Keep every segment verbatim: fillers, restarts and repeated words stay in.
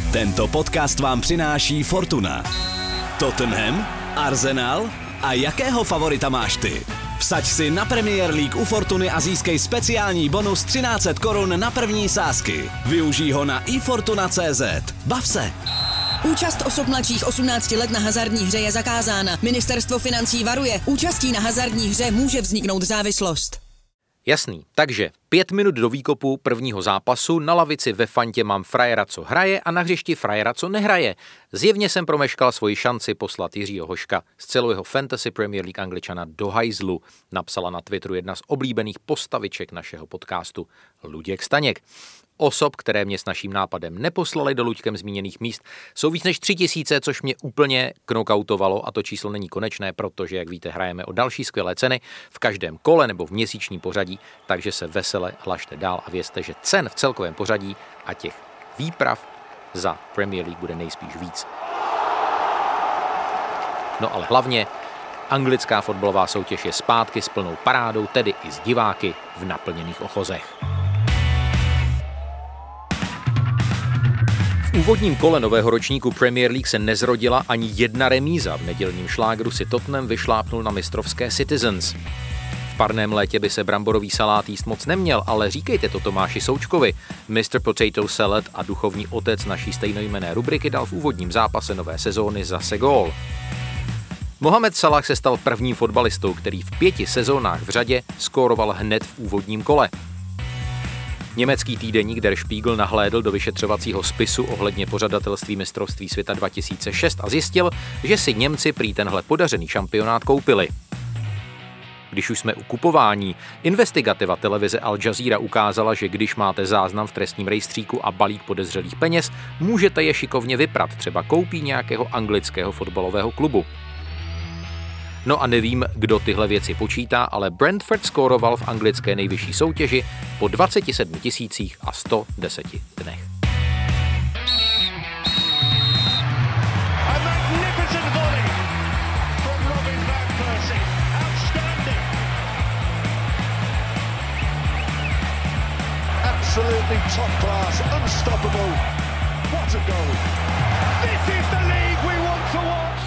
Tento podcast vám přináší Fortuna. Tottenham, Arsenal a jakého favorita máš ty? Vsaď si na Premier League u Fortuny a získej speciální bonus třináct set korun na první sázky. Využij ho na i fortuna tečka cé zet. Bav se! Účast osob mladších osmnácti let na hazardní hře je zakázána. Ministerstvo financí varuje. Účastí na hazardní hře může vzniknout závislost. Jasný, takže pět minut do výkopu prvního zápasu, na lavici ve fantě mám frajera, co hraje a na hřišti frajera, co nehraje. Zjevně jsem promeškal svoji šanci poslat Jiřího Hoška z celou jeho Fantasy Premier League Angličana do hajzlu, napsala na Twitteru jedna z oblíbených postaviček našeho podcastu Luděk Staněk. Osob, které mě s naším nápadem neposlali do Luďkem zmíněných míst, jsou víc než tři tisíce, což mě úplně knockoutovalo a to číslo není konečné, protože, jak víte, hrajeme o další skvělé ceny v každém kole nebo v měsíční pořadí, takže se vesele hlašte dál a vězte, že cen v celkovém pořadí a těch výprav za Premier League bude nejspíš víc. No ale hlavně anglická fotbalová soutěž je zpátky s plnou parádou, tedy i s diváky v naplněných ochozech. V úvodním kole nového ročníku Premier League se nezrodila ani jedna remíza. V nedělním šlágru si Tottenham vyšlápnul na mistrovské Citizens. V parném létě by se bramborový salát jíst moc neměl, ale říkejte to Tomáši Součkovi. mister Potato Salad a duchovní otec naší stejnojmenné rubriky dal v úvodním zápase nové sezóny zase gól. Mohamed Salah se stal prvním fotbalistou, který v pěti sezónách v řadě skóroval hned v úvodním kole. Německý týdeník Der Spiegel nahlédl do vyšetřovacího spisu ohledně pořadatelství mistrovství světa dva tisíce šest a zjistil, že si Němci prý tenhle podařený šampionát koupili. Když už jsme u kupování, investigativa televize Al Jazeera ukázala, že když máte záznam v trestním rejstříku a balík podezřelých peněz, můžete je šikovně vyprat, třeba koupí nějakého anglického fotbalového klubu. No a nevím, kdo tyhle věci počítá, ale Brentford skóroval v anglické nejvyšší soutěži po dvaceti sedmi tisících a sto deseti dnech. Absolutely top class, unstoppable. What a goal. This is the league we want to watch.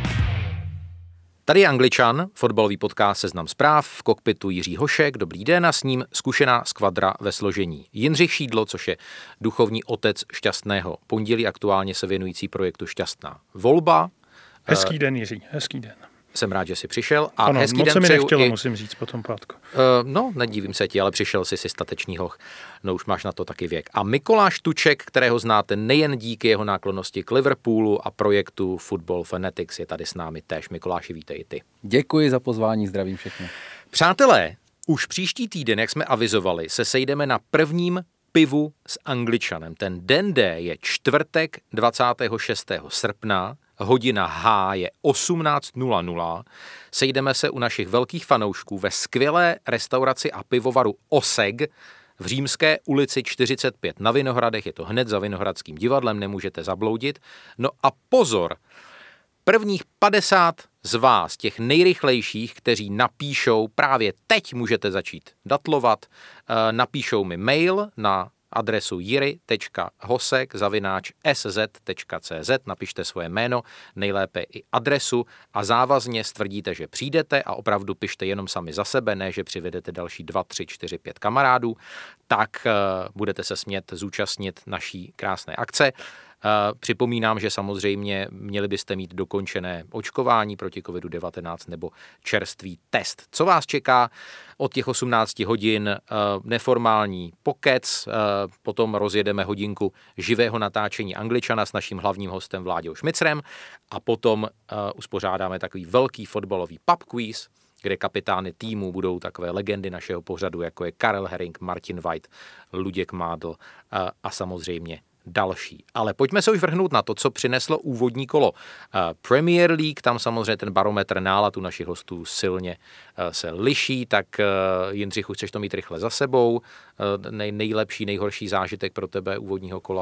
Tady je Angličan, fotbalový podcast Seznam zpráv, v kokpitu Jiří Hošek, dobrý den, a s ním zkušená skvadra ve složení Jindřich Šídlo, což je duchovní otec Šťastného pondělí, aktuálně se věnující projektu Šťastná volba. Hezký den, Jiří, hezký den. Jsem rád, že jsi přišel. A ano, hezký moc den se mi nechtělo, i... musím říct, po tom pátku. Uh, no, nedívím se ti, ale přišel jsi si statečný hoch. No, už máš na to taky věk. A Mikoláš Tuček, kterého znáte nejen díky jeho náklonnosti k Liverpoolu a projektu Football Fanatics, je tady s námi též. Mikoláši, vítej i ty. Děkuji za pozvání, zdravím všechny. Přátelé, už příští týden, jak jsme avizovali, se sejdeme na prvním pivu s Angličanem. Ten den D je čtvrtek dvacátého šestého srpna, hodina H je osmnáct nula nula. Sejdeme se u našich velkých fanoušků ve skvělé restauraci a pivovaru Oseg v Římské ulici čtyřicet pět na Vinohradech. Je to hned za Vinohradským divadlem, nemůžete zabloudit. No a pozor, prvních padesát z vás, těch nejrychlejších, kteří napíšou, právě teď můžete začít datlovat, napíšou mi mail na adresu jiry tečka hosek zavináč es zet tečka cé zet, napište svoje jméno, nejlépe i adresu a závazně stvrdíte, že přijdete a opravdu pište jenom sami za sebe, ne, že přivedete další dva, tři, čtyři, pět kamarádů, tak uh, budete se smět zúčastnit naší krásné akce. Uh, připomínám, že samozřejmě měli byste mít dokončené očkování proti kovidu devatenáct nebo čerstvý test. Co vás čeká od těch osmnácti hodin? Uh, neformální pokec, uh, potom rozjedeme hodinku živého natáčení Angličana s naším hlavním hostem Vláďou Šmicrem a potom uh, uspořádáme takový velký fotbalový pub quiz, kde kapitány týmu budou takové legendy našeho pořadu, jako je Karel Herring, Martin White, Luděk Mádl uh, a samozřejmě další. Ale pojďme se už vrhnout na to, co přineslo úvodní kolo Premier League. Tam samozřejmě ten barometr nálad u našich hostů silně se liší, tak Jindřichu, chceš to mít rychle za sebou? Nej, nejlepší, nejhorší zážitek pro tebe úvodního kola?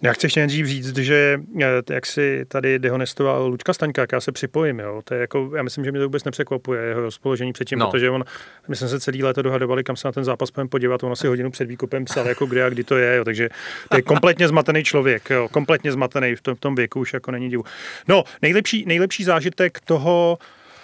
Já chci ještě nejdřív říct, že jak si tady dehonestoval Luďka Staňka, jak já se připojím, jo. To je jako, já myslím, že mě to vůbec nepřekvapuje, jeho rozpoložení předtím, no. Protože on, my jsme se celý léto dohadovali, kam se na ten zápas půjdeme podívat, on asi hodinu před výkupem psal, jako kde a kdy to je, jo. Takže to je kompletně zmatený člověk, jo. Kompletně zmatený v tom, v tom věku, už jako není divu. No, nejlepší, nejlepší zážitek toho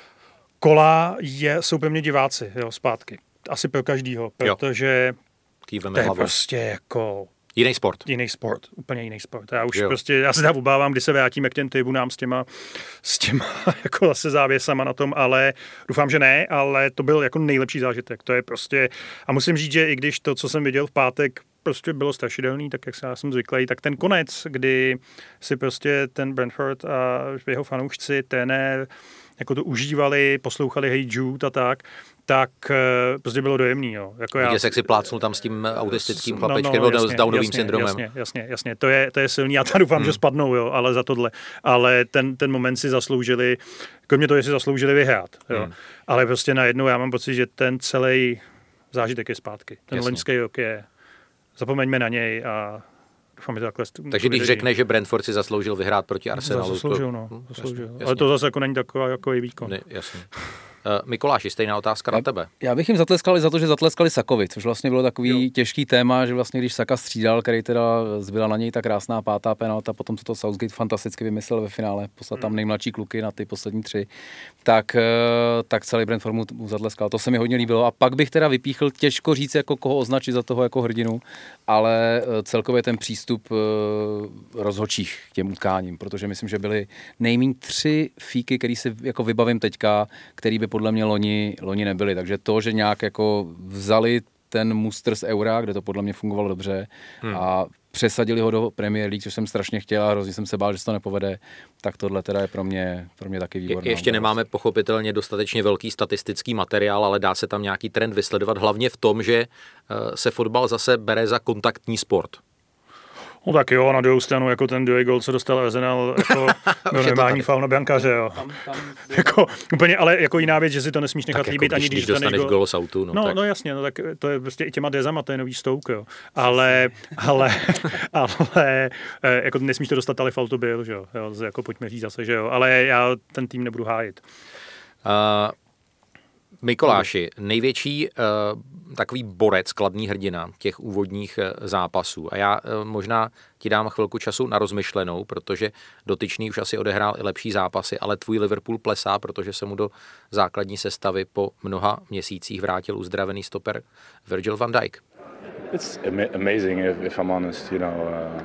kola je, jsou pro mě diváci, jo, zpátky. Asi pro každýho, protože Kýveme to je hlavou. prostě jako Jiný sport. Jiný sport, úplně jiný sport. Já už jo. prostě, já se tam obávám, kdy se vrátíme k těm tribunám s těma, s těma jako zase závěsama na tom, ale doufám, že ne, ale to byl jako nejlepší zážitek. To je prostě, a musím říct, že i když to, co jsem viděl v pátek, prostě bylo strašidelný, tak jak já jsem zvyklý, tak ten konec, kdy si prostě ten Brentford a jeho fanoušci, trenér, jako to užívali, poslouchali Hey Jude a tak, tak prostě bylo dojemný. Jo. Jako Viděl já, jsi, jak si plácnul tam s tím autistickým no, chlapečkem, no, no, jasně, s Downovým jasně, syndromem. Jasně, jasně, jasně. To je, to je silný. Já tam doufám, hmm. že spadnou, jo, ale za tohle. Ale ten, ten moment si zasloužili, kromě toho, že si zasloužili vyhrát. Jo. Hmm. Ale prostě najednou já mám pocit, že ten celý zážitek je zpátky. Ten jasně. loňský rok je, zapomeňme na něj a doufám, že takhle. Takže když řekne, že Brentford si zasloužil vyhrát proti Arsenalu. Zasloužil, no. Hm, zasloužil. Jasně, ale to zase jako není takový jako výkon. Ne, jasně. Uh, Mikuláši, stejná otázka já, na tebe. Já bych jim zatleskal za to, že zatleskali Sakovi, což vlastně bylo takový jo. těžký téma, že vlastně když Saka střídal, který teda zbyla na něj ta krásná pátá penalta, potom to Southgate fantasticky vymyslel ve finále, poslat tam nejmladší kluky na ty poslední tři, tak, tak celý Brentford mu, mu zatleskal. To se mi hodně líbilo. A pak bych teda vypíchl, těžko říct, jako koho označit za toho jako hrdinu, ale celkově ten přístup rozhodčích k těm utkáním, protože myslím, že byly nejméně tři fíky, který si jako vybavím teďka, který by podle mě loni, loni nebyly. Takže to, že nějak jako vzali ten muster z Eura, kde to podle mě fungovalo dobře hmm. a přesadili ho do Premier League, což jsem strašně chtěl a hrozně jsem se bál, že se to nepovede, tak tohle teda je pro mě, pro mě taky výborné. Je, ještě nemáme pochopitelně dostatečně velký statistický materiál, ale dá se tam nějaký trend vysledovat, hlavně v tom, že se fotbal zase bere za kontaktní sport. No tak jo, na druhou stranu, jako ten druhý gól, co dostal Arsenal, jako byl normální faul na brankáře, jo. Tam, tam, jako, úplně, ale jako jiná věc, že si to nesmíš nechat tak líbit, jako, ani když, když dostaneš gól z autu. No, no, tak. no jasně, no tak to je prostě i těma dezama, to je nový Stoke, jo. Ale, ale, ale, jako nesmíš to dostat, ale faul to byl, že jo. Jako pojďme říct zase, že jo. Ale já ten tým nebudu hájit. Uh, Mikuláši, největší uh, takový borec, kladný hrdina těch úvodních uh, zápasů. A já uh, možná ti dám chvilku času na rozmyšlenou, protože dotyčný už asi odehrál i lepší zápasy, ale tvůj Liverpool plesá, protože se mu do základní sestavy po mnoha měsících vrátil uzdravený stoper Virgil van Dijk. It's amazing if, if I'm honest, you know. Uh...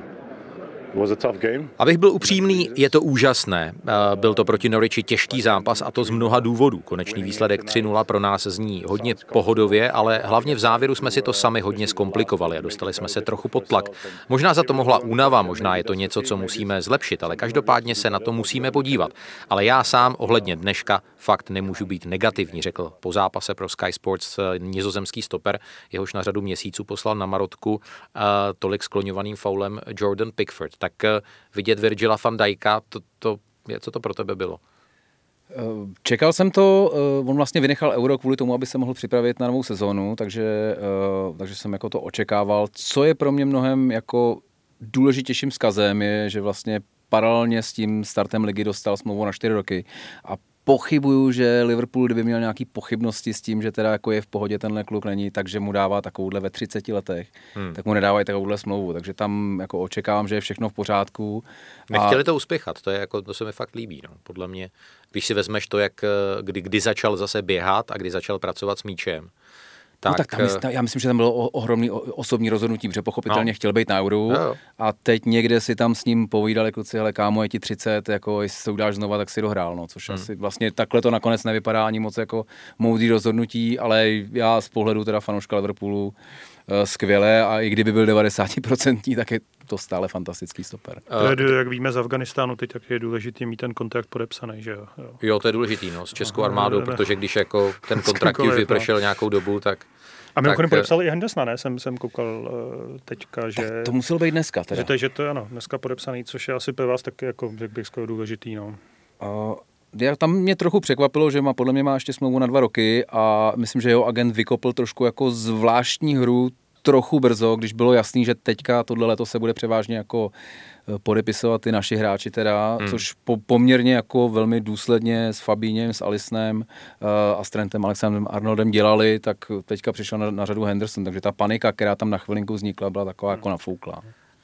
Abych byl upřímný, je to úžasné. Byl to proti Norwichi těžký zápas a to z mnoha důvodů. Konečný výsledek tři nula pro nás zní hodně pohodově, ale hlavně v závěru jsme si to sami hodně zkomplikovali a dostali jsme se trochu pod tlak. Možná za to mohla únava, možná je to něco, co musíme zlepšit, ale každopádně se na to musíme podívat. Ale já sám ohledně dneška fakt nemůžu být negativní, řekl po zápase pro Sky Sports nizozemský stoper, jehož na řadu měsíců poslal na marotku tolik skloňovaným faulem Jordan Pickford. Tak vidět Virgila van Dijka, to, to, co to pro tebe bylo? Čekal jsem to, on vlastně vynechal Euro kvůli tomu, aby se mohl připravit na novou sezónu, takže, takže jsem jako to očekával. Co je pro mě mnohem jako důležitějším vzkazem je, že vlastně paralelně s tím startem ligy dostal smlouvu na čtyři roky a pochybuju, že Liverpool, kdyby měl nějaký pochybnosti s tím, že teda jako je v pohodě tenhle kluk není, takže mu dává takovouhle ve třiceti letech, hmm. tak mu nedávají takovouhle smlouvu, takže tam jako očekávám, že je všechno v pořádku. Nechtěli a... to uspěchat, to je jako, to se mi fakt líbí, no. Podle mě, když si vezmeš to, jak kdy, kdy začal zase běhat a kdy začal pracovat s míčem. Tak, no tak tam, myslím, já myslím, že tam bylo ohromný osobní rozhodnutí, protože pochopitelně no. chtěl být na Euru no. a teď někde si tam s ním povídali kluci, hele kámo, je ti třicet, jako jestli se udáš znova, tak si dohrál, no, což hmm. asi vlastně takhle to nakonec nevypadá ani moc jako moudrý rozhodnutí, ale já z pohledu teda fanouška Liverpoolu skvěle a i kdyby byl devadesát procent, tak je to stále fantastický stoper. To je, jak víme z Afganistánu, teď tak je důležitý mít ten kontrakt podepsaný, že jo? Jo, jo to je důležitý, no, s českou armádou, protože když jako ten kontrakt už vypršel nějakou dobu, tak... A mimochodem podepsal i Hendersona, ne? Jsem, jsem koukal uh, teďka, že... Tak to muselo být dneska teda. Že to, že to je, ano, dneska podepsaný, což je asi pro vás taky, jako, řekl bych, skoro důležitý, no. Uh... Já, tam mě trochu překvapilo, že má, podle mě má ještě smlouvu na dva roky a myslím, že jeho agent vykopl trošku jako zvláštní hru trochu brzo, když bylo jasný, že teďka tohle leto se bude převážně jako podepisovat ty naši hráči teda, hmm. což po, poměrně jako velmi důsledně s Fabíněm, s Alisnem uh, a s Trentem Alexandrem Arnoldem dělali, tak teďka přišel na, na řadu Henderson, takže ta panika, která tam na chvilinku vznikla, byla taková jako nafouklá.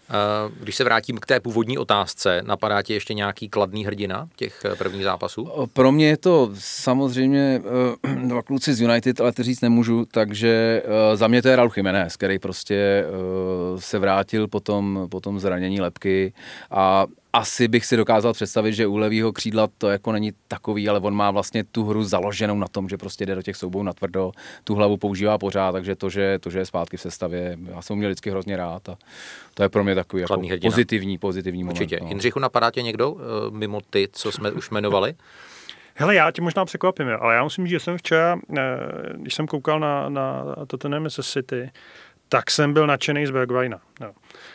Když se vrátím k té původní otázce, napadá ti ještě nějaký kladný hrdina těch prvních zápasů? Pro mě je to samozřejmě uh, dva kluci z United, ale to říct nemůžu, takže uh, za mě to je Raúl Jiménez, který prostě uh, se vrátil po tom, po tom zranění lebky a asi bych si dokázal představit, že u levýho křídla to jako není takový, ale on má vlastně tu hru založenou na tom, že prostě jde do těch soubojů natvrdo, tu hlavu používá pořád, takže to, že, to, že je zpátky v sestavě, já jsem ho měl vždycky hrozně rád a to je pro mě takový jako pozitivní, pozitivní moment. Určitě. No. Jindřichu, napadá tě někdo mimo ty, co jsme už jmenovali? Hele, já tě možná překvapím, ale já musím říct, že jsem včera, když jsem koukal na, na Tottenham Manchester City, tak jsem byl nadšený z Bergwijna. No.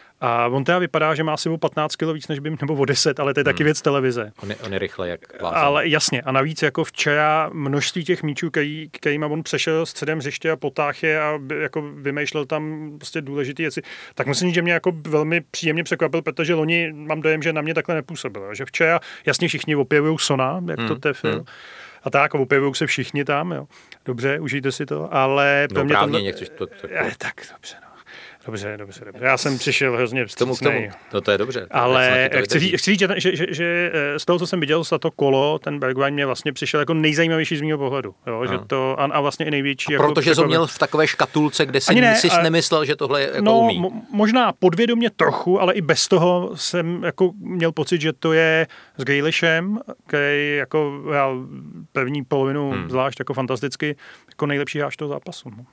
A on teda vypadá, že má asi o patnáct kilo víc, než by, nebo o deset, ale to je taky hmm. věc televize. On je, on je rychle, jak vlázem. Ale jasně, a navíc jako včera množství těch míčů, který, kterýma on přešel středem hřiště a potáh je a jako vymýšlel tam prostě důležité věci, tak musím říct, že mě jako velmi příjemně překvapil, protože loni mám dojem, že na mě takhle nepůsobil. Že včera jasně všichni opěvují Sona, jak hmm. to tefil. Hmm. A tak, objevují se všichni tam, jo. Dobře, užijte si to, ale... No právě tenhle... někdo... To, to, to... Tak, dobře, no. Dobře, dobře, dobře. Já jsem přišel hrozně vstřícnej. No to je dobře. Ale chci říct, chci říct že, že, že z toho, co jsem viděl za to kolo, ten Bergwijn mě vlastně přišel jako nejzajímavější z mého pohledu. Jo, že to, a, a vlastně i největší. A protože jako, jsi měl v takové škatulce, kde si ne, jsi a, nemyslel, že tohle jako no, umí. Mo, možná podvědomě trochu, ale i bez toho jsem jako měl pocit, že to je s Grealishem, který jako já první polovinu hmm. zvlášť jako fantasticky, jako nejlepší hráč toho zápasu. No.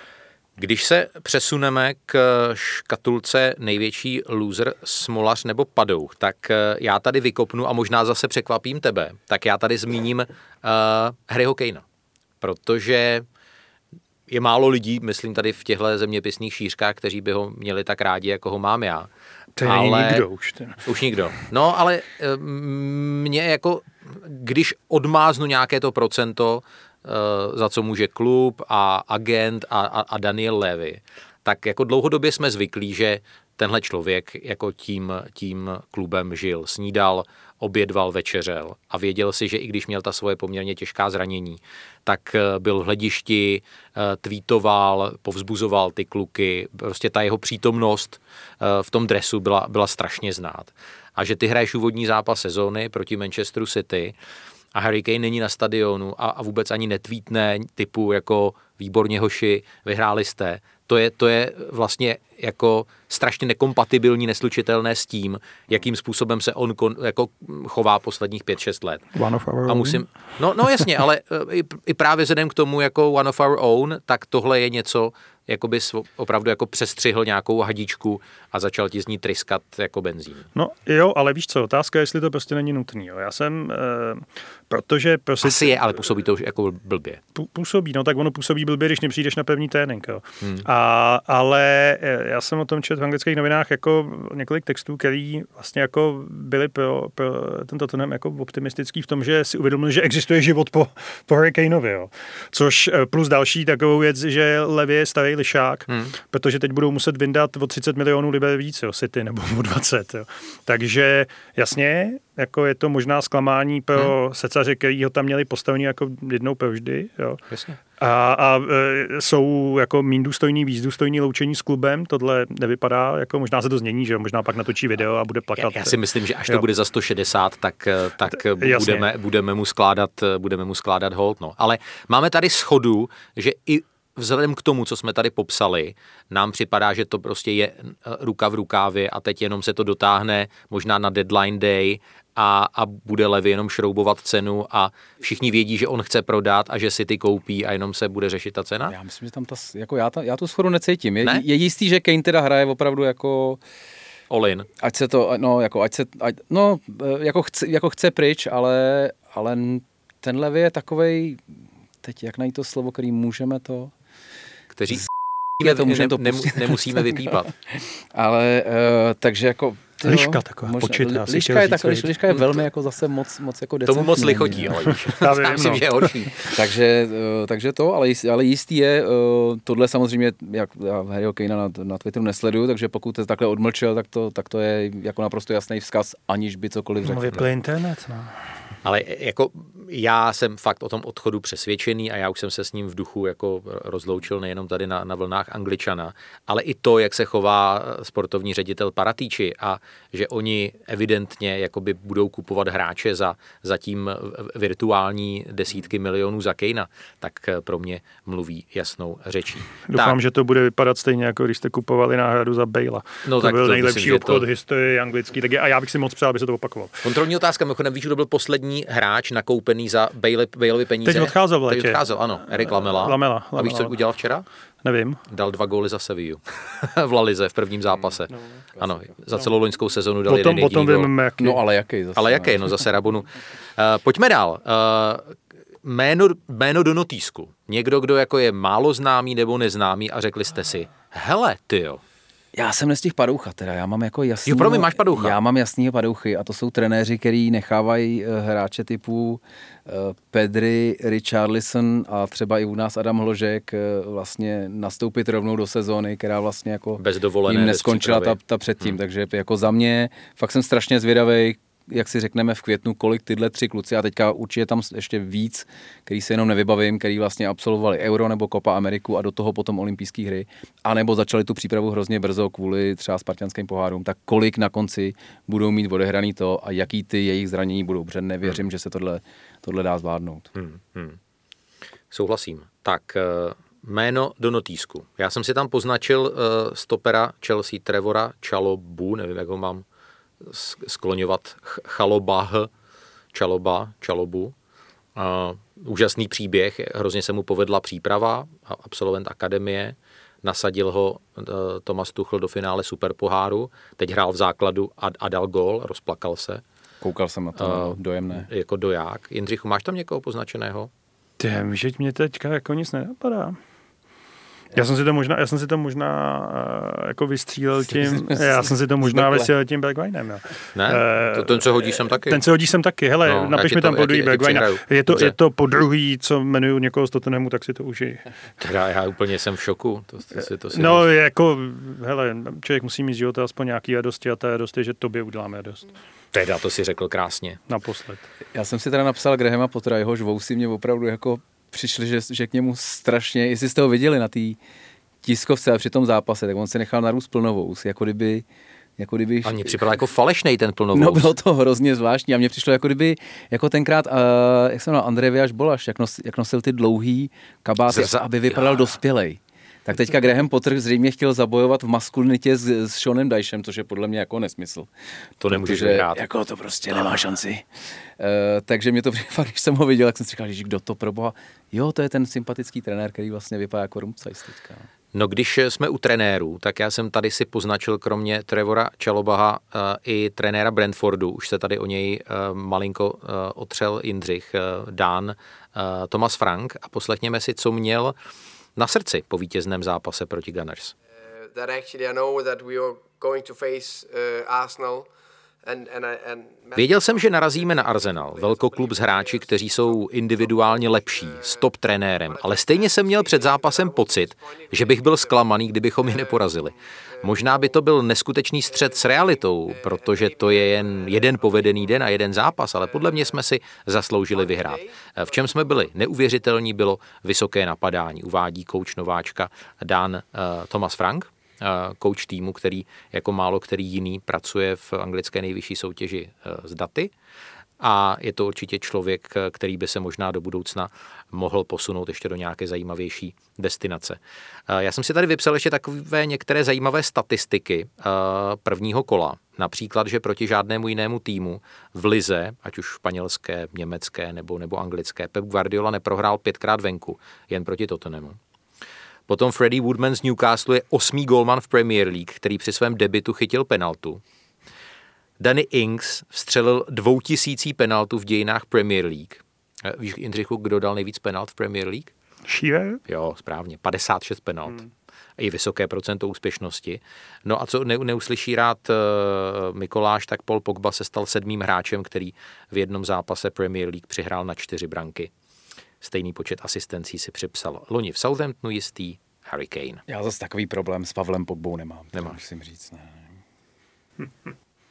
Když se přesuneme k škatulce největší loser, Smolař nebo Padouch, tak já tady vykopnu a možná zase překvapím tebe, tak já tady zmíním uh, Harryho Kanea, protože je málo lidí, myslím tady v těchto zeměpisných šířkách, kteří by ho měli tak rádi, jako ho mám já. To je ale... nikdo už. Ten. Už nikdo. No, ale mě jako, když odmáznu nějaké to procento, za co může klub a agent a, a, a Daniel Levy, tak jako dlouhodobě jsme zvyklí, že tenhle člověk jako tím, tím klubem žil, snídal, obědval, večeřel a věděl si, že i když měl ta svoje poměrně těžká zranění, tak byl v hledišti, tweetoval, povzbuzoval ty kluky, prostě ta jeho přítomnost v tom dresu byla, byla strašně znát. A že ty hraješ úvodní zápas sezóny proti Manchesteru City a Harry Kane není na stadionu a, a vůbec ani netweetne typu jako výborně hoši, vyhráli jste. To je, to je vlastně jako strašně nekompatibilní, neslučitelné s tím, jakým způsobem se on kon, jako chová posledních pět šest let. One of our a musím, no, no jasně, ale i, i právě vzhledem k tomu jako one of our own, tak tohle je něco, jako bys opravdu jako přestřihl nějakou hadičku a začal ti z ní tryskat jako benzín. No jo, ale víš co, otázka je, jestli to prostě není nutný. Jo. Já jsem, e, protože... Prostě, Asi je, ale působí to už jako blbě. Působí, no tak ono působí blbě, když nepřijdeš na pevný trénink. Jo. Hmm. A, ale já jsem o tom četl v anglických novinách jako několik textů, který vlastně jako byly pro, pro tento Tottenham jako optimistický v tom, že si uvědomil, že existuje život po, po Harry Kaneovi. Jo. Což plus další takovou věc, že Levy je starý lišák, hmm. protože teď budou muset vyndat o třicet milionů liber víc, jo, City, nebo o dvacet. Jo. Takže jasně, jako je to možná zklamání pro hmm. secaře, který ho tam měli postavený jako jednou provždy. Jo. Jasně. A, a e, jsou jako míň důstojný, víc důstojný loučení s klubem, tohle nevypadá, jako možná se to změní, že možná pak natočí video a bude plakat. Já, já si myslím, že až jo. to bude za sto šedesát, tak, tak budeme, budeme, mu skládat, budeme mu skládat hold. No. Ale máme tady shodu, že i vzhledem k tomu, co jsme tady popsali, nám připadá, že to prostě je ruka v rukávě a teď jenom se to dotáhne možná na deadline day a, a bude Levy jenom šroubovat cenu a všichni vědí, že on chce prodat a že si ty koupí a jenom se bude řešit ta cena? Já myslím, že tam ta, jako já, ta, já tu schodu necítím. Je, ne? je jistý, že Kane teda hraje opravdu jako... All in. Ať se to, no, jako, ať se, ať, no, jako chce, jako chce pryč, ale, ale ten Levy je takovej, teď jak najít to slovo, který můžeme to... Kteří to můžeme to nemusíme vypípat. Ale, uh, takže jako tyjo, liška taková, možná, počítá. Liška je, tak, liš, liška je velmi jako zase moc, moc jako decentní. Tomu moc lichotí, ale víš. Já myslím, že je horší. takže, takže to, ale, jist, ale jistý je, tohle samozřejmě, jak já Harryho Kanea na, na Twitteru nesleduju, takže pokud to takhle odmlčel, tak to, tak to je jako naprosto jasný vzkaz, aniž by cokoliv řekl. No, vypli internet, no. Ale jako já jsem fakt o tom odchodu přesvědčený a já už jsem se s ním v duchu jako rozloučil nejenom tady na, na vlnách Angličana, ale i to, jak se chová sportovní ředitel Paratici a že oni evidentně jakoby budou kupovat hráče za, za tím virtuální desítky milionů za Kanea, tak pro mě mluví jasnou řečí. Doufám, tak. že to bude vypadat stejně, jako když jste kupovali náhradu za Balea. No, to byl to nejlepší myslím, obchod to... v historii anglický, tak je, a já bych si moc přál, aby se to opakovalo. Kontrolní otázka, mimochodem víš, kdo byl poslední hráč nakoupený za Baleovy peníze? Teď odcházel v létě. Teď odcházel, ano. Erik Lamela. Lamela, Lamela. A víš, co udělal včera? Nevím. Dal dva góly za Sevillu. v La Lize v prvním zápase. No, ano, za celou loňskou sezonu dal potom, jeden jediný gól. Vím, jaký. No ale jaký zase. Ale jaký, no zase Rabonu. Uh, pojďme dál. Uh, jméno, jméno do notýsku. Někdo, kdo jako je málo známý nebo neznámý a řekli jste si, hele, tyjo. Já jsem nestihl padoucha teda, já mám jako jasný. Jo, promiň, máš padoucha. Já mám jasnýho padouchy a to jsou trenéři, který nechávají hráče typu Pedri, Richarlison a třeba i u nás Adam Hložek vlastně nastoupit rovnou do sezóny, která vlastně jako bez dovolené, jim neskončila ta, ta předtím, hmm. takže jako za mě fakt jsem strašně zvědavej, jak si řekneme v květnu, kolik tyhle tři kluci, a teďka určitě tam ještě víc, který se jenom nevybavím, který vlastně absolvovali Euro nebo Copa Ameriku a do toho potom olympijské hry, anebo začali tu přípravu hrozně brzo kvůli třeba spartanským pohárům, tak kolik na konci budou mít odehraný to a jaký ty jejich zranění budou, protože nevěřím, hmm. že se tohle, tohle dá zvládnout. Hmm. Hmm. Souhlasím. Tak jméno do notýsku. Já jsem si tam poznačil uh, stopera Chelsea Trevora Chalobu, nevím, jak ho mám skloňovat, Chalobah, Chaloba, Chalobu. Uh, úžasný příběh, hrozně se mu povedla příprava, absolvent akademie, nasadil ho uh, Thomas Tuchel do finále superpoháru, teď hrál v základu a, a dal gól, rozplakal se. Koukal jsem na to, uh, dojemné. Jako doják. Jindřichu, máš tam někoho poznačeného? Tím, že mě teďka jako nic nenapadá. Já jsem si to možná, já jsem si to možná uh, jako vystřílel tím, já jsem si to možná vystřílel tím Bergwijnem. Jo. Ne, to, ten se hodí sem taky. Ten se hodí sem taky, hele, no, napiš mi tam po druhý Bergwijna. Je to, je to po druhý, co jmenuju někoho z Tottenhamu, tak si to užij. Teda já úplně jsem v šoku. To, to si, to si no, může. Jako, hele, člověk musí mít z života aspoň nějaký radosti a ta radost je, že tobě uděláme radost. Teda, to si řekl krásně. Naposled. Já jsem si teda napsal Grahama Pottera, jehož vousy mě opravdu jako přišli, že, že k němu strašně, jestli jste ho viděli na té tiskovce a při tom zápase, tak on se nechal narůst plnovous, jako kdyby... Jako kdyby... A mně připadal jako falešnej ten plnovous. No bylo to hrozně zvláštní a mně přišlo jako kdyby, jako tenkrát, uh, jak se jmenal, Andrej Boláš, jak, nos, jak nosil ty dlouhý kabáty, Zrza... aby vypadal jo. dospělej. Tak teďka Graham Potter zřejmě chtěl zabojovat v maskulinitě s, s Seanem Dychem, což je podle mě jako nesmysl. To nemůžeš vyhrát. Jako to prostě nemá šanci. Uh, takže mě to fakt, když jsem ho viděl, tak jsem si říkal, že kdo to proboha. Jo, to je ten sympatický trenér, který vlastně vypadá jako Rumcajs teďka. No když jsme u trenérů, tak já jsem tady si poznačil kromě Trevora Chalobaha uh, i trenéra Brentfordu, už se tady o něj uh, malinko uh, otřel Jindřich, uh, Dan, uh, Thomas Frank a poslechněme si, co měl na srdci po vítězném zápase proti Gunners. Uh, that actually I know that we are going to face uh, Arsenal. And, and I, and... Věděl jsem, že narazíme na Arsenal, velkoklub s hráči, kteří jsou individuálně lepší, s top trenérem, ale stejně jsem měl před zápasem pocit, že bych byl zklamaný, kdybychom je neporazili. Možná by to byl neskutečný střet s realitou, protože to je jen jeden povedený den a jeden zápas, ale podle mě jsme si zasloužili vyhrát. V čem jsme byli neuvěřitelní, bylo vysoké napadání, uvádí kouč nováčka Dan uh, Thomas Frank, kouč týmu, který jako málo který jiný pracuje v anglické nejvyšší soutěži s daty. A je to určitě člověk, který by se možná do budoucna mohl posunout ještě do nějaké zajímavější destinace. Já jsem si tady vypsal ještě takové některé zajímavé statistiky prvního kola. Například, že proti žádnému jinému týmu v lize, ať už španělské, německé nebo, nebo anglické, Pep Guardiola neprohrál pětkrát venku, jen proti Tottenhamu. Potom Freddie Woodman z Newcastle je osmý gólman v Premier League, který při svém debutu chytil penaltu. Danny Ings vstřelil dvoutisící penaltu v dějinách Premier League. Víš, Jindřichu, kdo dal nejvíc penalt v Premier League? Shearer? Jo, správně, padesát šest penalt. Hmm. i vysoké procento úspěšnosti. No a co neuslyší rád Mikoláš, tak Paul Pogba se stal sedmým hráčem, který v jednom zápase Premier League přihrál na čtyři branky. Stejný počet asistencí si připsal loni v Southamptonu jistý Harry Kane. Já zase takový problém s Pavlem Pogbou nemám. Nemám. Musím říct, ne. Hm, hm.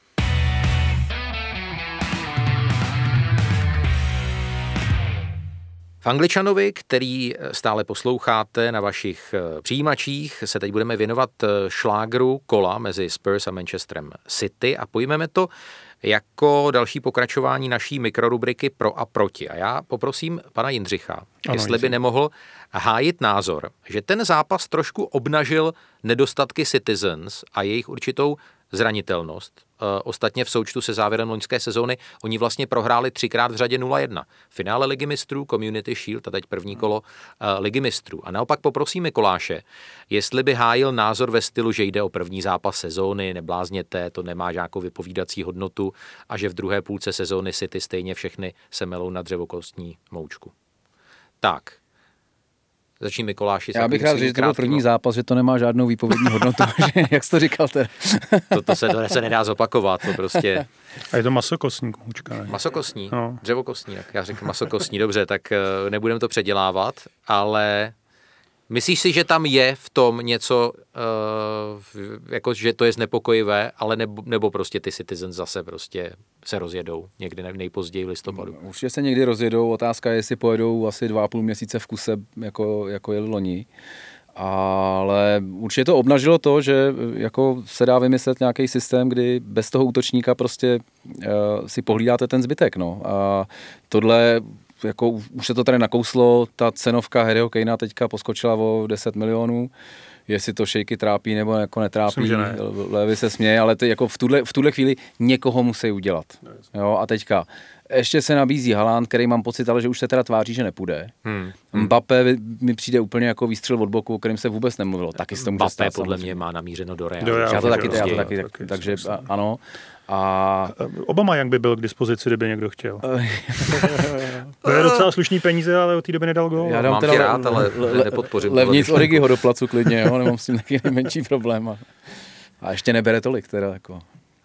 V Angličanovi, který stále posloucháte na vašich přijímačích, se teď budeme věnovat šlágru kola mezi Spurs a Manchesterem City a pojmeme to jako další pokračování naší mikrorubriky pro a proti. A já poprosím pana Jindřicha, ano, jestli by nemohl hájit názor, že ten zápas trošku obnažil nedostatky Citizens a jejich určitou zranitelnost. Ostatně v součtu se závěrem loňské sezóny oni vlastně prohráli třikrát v řadě nula jedna. Finále Ligy mistrů, Community Shield a teď první kolo Ligy mistrů. A naopak poprosím Mikoláše, jestli by hájil názor ve stylu, že jde o první zápas sezóny, neblázněte, to nemá žádnou vypovídací hodnotu a že v druhé půlce sezóny City stejně všechny se melou na dřevokostní moučku. Tak. Začni Mikoláši. Já bych rád, že to byl první zápas, že to nemá žádnou výpovědní hodnotu. Jak jsi to říkal teda? to, to, se, to se nedá zopakovat. To prostě... A je to masokostní kůčka, ne? Masokostní? No. Dřevokostní, jak já řekl masokostní. Dobře, tak nebudeme to předělávat, ale myslíš si, že tam je v tom něco, uh, jako, že to je znepokojivé, ale nebo, nebo prostě ty Citizens zase prostě se rozjedou někdy nejpozději v listopadu? Určitě se někdy rozjedou, otázka je, jestli pojedou asi dva a půl měsíce v kuse, jako, jako jeli loni. Ale určitě to obnažilo to, že jako se dá vymyslet nějaký systém, kdy bez toho útočníka prostě uh, si pohlídáte ten zbytek. No. A tohle jako už se to tady nakouslo, ta cenovka Harryho Kanea teďka poskočila o deset milionů, jestli to šejky trápí nebo jako netrápí, Myslím, ne. Levy se směje, ale ty jako v tuhle, v tuhle chvíli někoho musí udělat. Jo, a teďka ještě se nabízí Haaland, který mám pocit, ale že už se teda tváří, že nepůjde. Hmm. Mbappé mi přijde úplně jako výstřel od boku, o kterém se vůbec nemluvilo. Taky se to může Mbappé podle mě má namířeno do Realu. Já to taky, já to taky, tak, taky takže ano. A... Obama jak by byl k dispozici, kdyby někdo chtěl. To je docela slušný peníze, ale od té doby nedal gól. Já dám Mám teda rád, ale le, nepodpořím. Levnic Origi ho do placu klidně, jo, nemám s tím taky nejmenší problém. A, a ještě nebere tolik teda jako...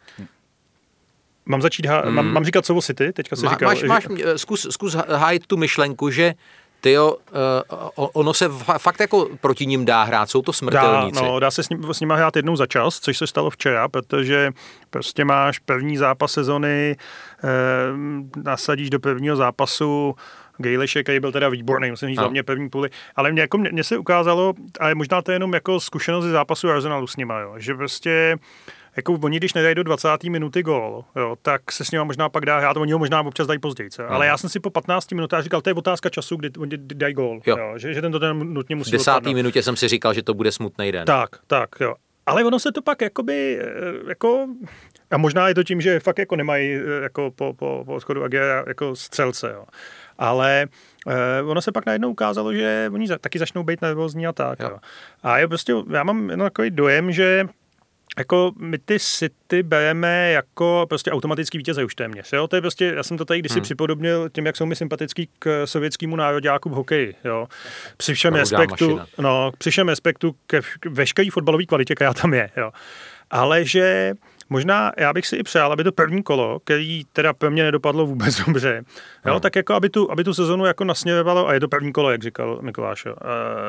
Mám začít, há... mm. mám, mám říkat slovo City, teďka se Má, říkal... Máš, máš, zkus, zkus hájit tu myšlenku, že tyjo, uh, ono se fakt jako proti nim dá hrát, jsou to smrtelníci. Dá, no, dá se s, ním, s nima hrát jednou za čas, což se stalo včera, protože prostě máš první zápas sezony, eh, nasadíš do prvního zápasu Grealishe, který byl teda výborný, musím říct, no. Hlavně první půli, ale mě, jako, mě se ukázalo, ale možná to je jenom jako zkušenost ze zápasu Arsenalu s nima, jo, že prostě jako oni, když nedají do dvacáté minuty gól, jo, tak se s ním možná pak dá hrát, oni ho možná občas dají později. No. Ale já jsem si po patnácti minutách říkal, to je otázka času, kdy oni dají gól, jo. Jo, že, že tento ten nutně musí. V desáté minutě jsem si říkal, že to bude smutný den. Tak, tak, jo. Ale ono se to pak jakoby, jako, a možná je to tím, že fakt jako nemají jako po, po, po odchodu Aguera jako střelce, jo. Ale eh, ono se pak najednou ukázalo, že oni za, taky začnou být nervózní a tak. Jo. Jo. A je prostě, já mám jenom takový dojem, že jako my ty City bereme jako prostě automatický vítěze už téměř. Jo? To je prostě, já jsem to tady kdysi hmm. připodobnil tím, jak jsou mi sympatický k sovětskému nároďáku v hokeji. Jo? Při všem respektu, no, při všem respektu ke veškeré fotbalové kvalitě, která tam je. Jo? Ale že možná já bych si i přál, aby to první kolo, který teda pro mě nedopadlo vůbec dobře, jo? No. Tak jako aby tu, aby tu sezonu jako nasměrovalo, a je to první kolo, jak říkal Mikuláš, uh,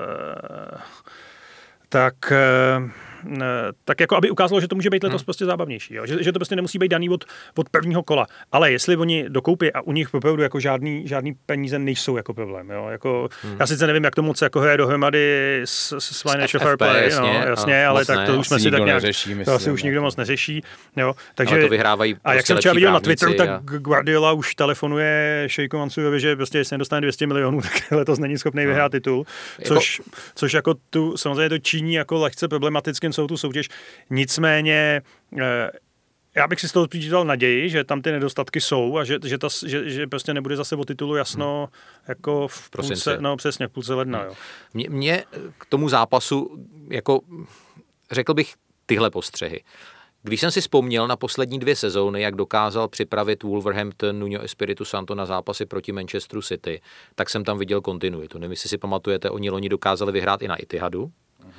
tak... Uh, tak jako aby ukázalo, že to může být letos hmm. prostě zábavnější, jo? Že, že to prostě nemusí být daný od, od prvního kola. Ale jestli oni dokoupí a u nich opravdu jako žádný, žádný peníze nejsou jako problém, jo? Jako, hmm. Já sice nevím, jak to moc jako hraje dohromady s, s Financial Fair Play, jasně, no, jasně ale tak to ne, už jsme si tak nějak, neřeší, myslím, to asi už nikdo moc neřeší, jo? Takže, ale to vyhrávají a jak jsem třeba viděl na Twitteru, tak a... Guardiola už telefonuje Šejku Mansurovi, že prostě jestli nedostane dvě stě milionů, tak letos není schopný no. vyhrát titul, což jako, což jako tu samozřejmě to činí jako lehce problematickým jsou tu soutěž. Nicméně já bych si z toho přičítal naději, že tam ty nedostatky jsou a že, že, ta, že, že prostě nebude zase o titulu jasno hmm. jako v půlce, no přesně v půlce ledna. Jo. Mě, mě k tomu zápasu jako řekl bych tyhle postřehy. Když jsem si vzpomněl na poslední dvě sezóny, jak dokázal připravit Wolverhampton Nuno Espiritu Santo na zápasy proti Manchesteru City, tak jsem tam viděl kontinuitu. Nevím, jestli si pamatujete, oni loni dokázali vyhrát i na Etihadu.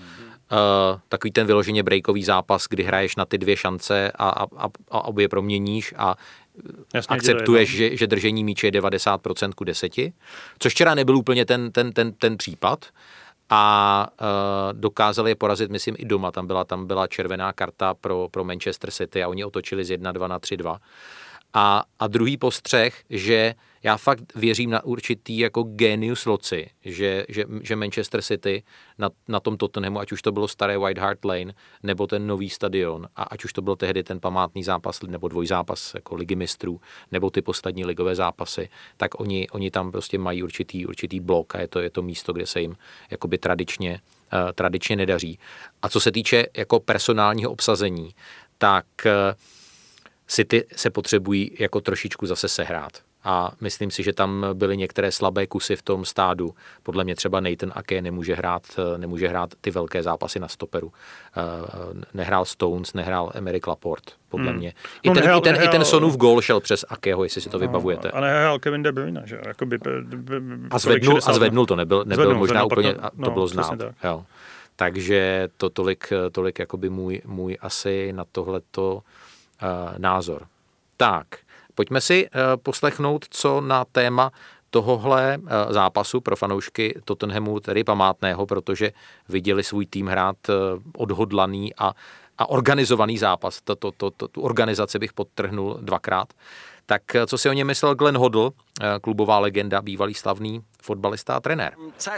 takový ten vyloženě breakový zápas, kdy hraješ na ty dvě šance a, a, a obě proměníš a Jasně, akceptuješ, že, že držení míče je devadesát procent ku deseti, což včera nebyl úplně ten, ten, ten, ten případ a uh, dokázali je porazit, myslím, i doma. Tam byla, tam byla červená karta pro, pro Manchester City a oni otočili z jedna dva na tři dva. A, a druhý postřeh, že já fakt věřím na určitý jako genius loci, že, že, že Manchester City na, na tom Tottenhamu, ať už to bylo staré White Hart Lane, nebo ten nový stadion, a ať už to byl tehdy ten památný zápas, nebo dvojzápas jako ligy mistrů, nebo ty poslední ligové zápasy, tak oni, oni tam prostě mají určitý, určitý blok a je to, je to místo, kde se jim jakoby tradičně, uh, tradičně nedaří. A co se týče jako personálního obsazení, tak uh, City se potřebují jako trošičku zase sehrát. A myslím si, že tam byly některé slabé kusy v tom stádu. Podle mě třeba Nathan Ake nemůže hrát, nemůže hrát ty velké zápasy na stoperu. Nehrál Stones, nehrál Emerick Laporte, podle mě. I ten, no, nehrál, i ten, nehrál, i ten Sonův gól šel přes Akeho, jestli si to no, vybavujete. A nehrál Kevin De Bruyne, že? Jakoby, b, b, b, a, zvednul, a zvednul to, nebyl, nebyl zvednul, možná zvednul, úplně, to, to no, bylo znát. Tak. Jo. Takže to tolik, tolik jakoby můj, můj asi na tohleto uh, názor. Tak, pojďme si uh, poslechnout, co na téma tohohle uh, zápasu pro fanoušky Tottenhamu, tedy památného, protože viděli svůj tým hrát uh, odhodlaný a, a organizovaný zápas. To, to, to, to, tu organizaci bych podtrhnul dvakrát. Tak co si o něm myslel Glenn Hoddle, klubová legenda, bývalý slavný fotbalista a trenér?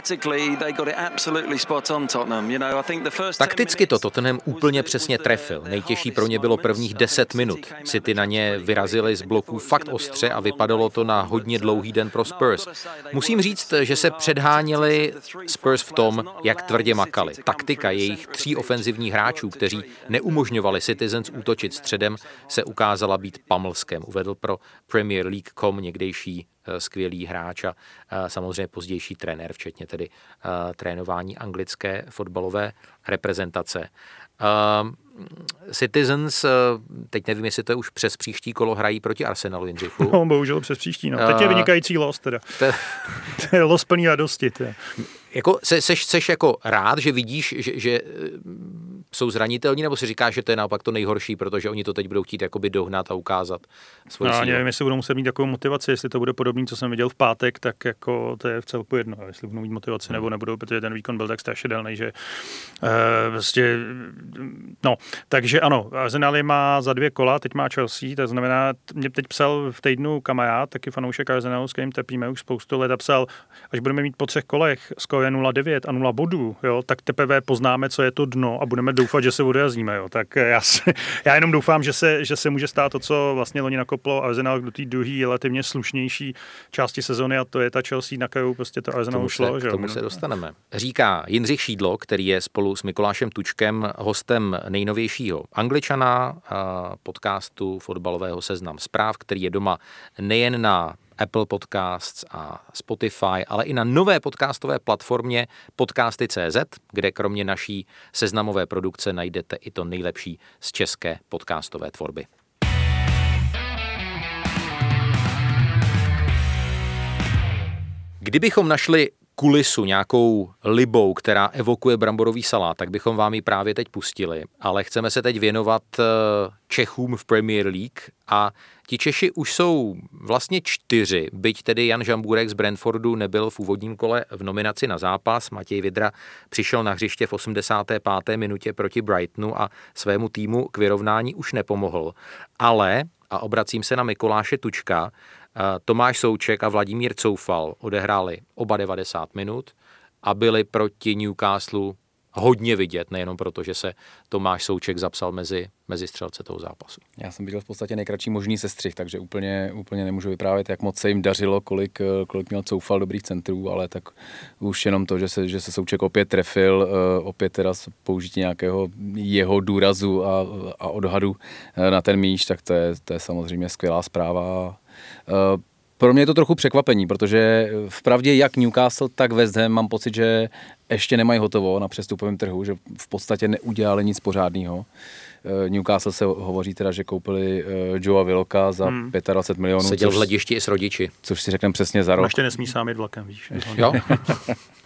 Takticky to Tottenham úplně přesně trefil. Nejtěžší pro ně bylo prvních deset minut. City na ně vyrazili z bloků fakt ostře a vypadalo to na hodně dlouhý den pro Spurs. Musím říct, že se předháněli Spurs v tom, jak tvrdě makali. Taktika jejich tří ofenzivních hráčů, kteří neumožňovali Citizens útočit středem, se ukázala být pamlskem, uvedl pro Premier League tečka com někdejší skvělý hráč a samozřejmě pozdější trenér, včetně tedy uh, trénování anglické fotbalové reprezentace. Uh, Citizens, uh, teď nevím, jestli to je už přes příští kolo, hrají proti Arsenalu, Jindřichu. No, bohužel přes příští, no. Teď je vynikající los teda. To, to je los plný radosti. Teda. Jako, se, seš, seš jako rád, že vidíš, že, že jsou zranitelní, nebo si říkáš, že to je naopak to nejhorší, protože oni to teď budou chtít jakoby dohnat a ukázat svoji no, sílu? Nevím, jestli budou muset mít takovou motivaci, jestli to bude podobný, co jsem viděl v pátek, tak jako to je v celku jedno, jestli budou mít motivaci hmm. nebo nebudou, protože ten výkon byl tak strašidelný, že uh, vlastně, no, takže ano, Arsenal má za dvě kola, teď má Chelsea, to znamená, mě teď psal v týdnu kamarád, taky fanoušek Arsenalu, s kterým trpíme už spoustu let, a psal, až budeme mít po třech kolech skóre nula devět a nula bodů, jo, tak teprve poznáme, co je to dno a budeme doufat, že se odrazíme, jo. Tak já, se, já jenom doufám, že se, že se může stát to, co vlastně loni nakoplo Arsenal do té druhé relativně slušnější části sezony, a to je ta Chelsea, na kterou prostě to Arsenal šlo. K tomu se dostaneme. Říká Jindřich Šídlo, který je spolu s Mikulášem Tučkem hostem nejnovějšího Angličana, podcastu fotbalového Seznam zpráv, který je doma nejen na Apple Podcasts a Spotify, ale i na nové podcastové platformě podcasty tečka cé zet, kde kromě naší seznamové produkce najdete i to nejlepší z české podcastové tvorby. Kdybychom našli kulisu nějakou libou, která evokuje bramborový salát, tak bychom vám ji právě teď pustili. Ale chceme se teď věnovat Čechům v Premier League a ti Češi už jsou vlastně čtyři, byť tedy Jan Žambůrek z Brentfordu nebyl v úvodním kole v nominaci na zápas. Matěj Vidra přišel na hřiště v osmdesáté páté minutě proti Brightonu a svému týmu k vyrovnání už nepomohl. Ale, a obracím se na Mikuláše Tučka, Tomáš Souček a Vladimír Coufal odehráli oba devadesát minut a byli proti Newcastle hodně vidět, nejenom proto, že se Tomáš Souček zapsal mezi, mezi střelce toho zápasu. Já jsem viděl v podstatě nejkratší možný sestřih, takže úplně, úplně nemůžu vyprávět, jak moc se jim dařilo, kolik, kolik měl Coufal dobrých centrů, ale tak už jenom to, že se, že se Souček opět trefil, opět teda použití nějakého jeho důrazu a, a odhadu na ten míč, tak to je, to je samozřejmě skvělá zpráva. Pro mě je to trochu překvapení, protože vpravdě jak Newcastle, tak West Ham mám pocit, že ještě nemají hotovo na přestupovém trhu, že v podstatě neudělali nic pořádného. Newcastle se hovoří teda, že koupili Joea Willoka za hmm. dvacet pět milionů. Seděl v hledišti i s rodiči. Což si řekneme přesně za rok. Ještě nesmí sám jít vlakem, víš. Jo.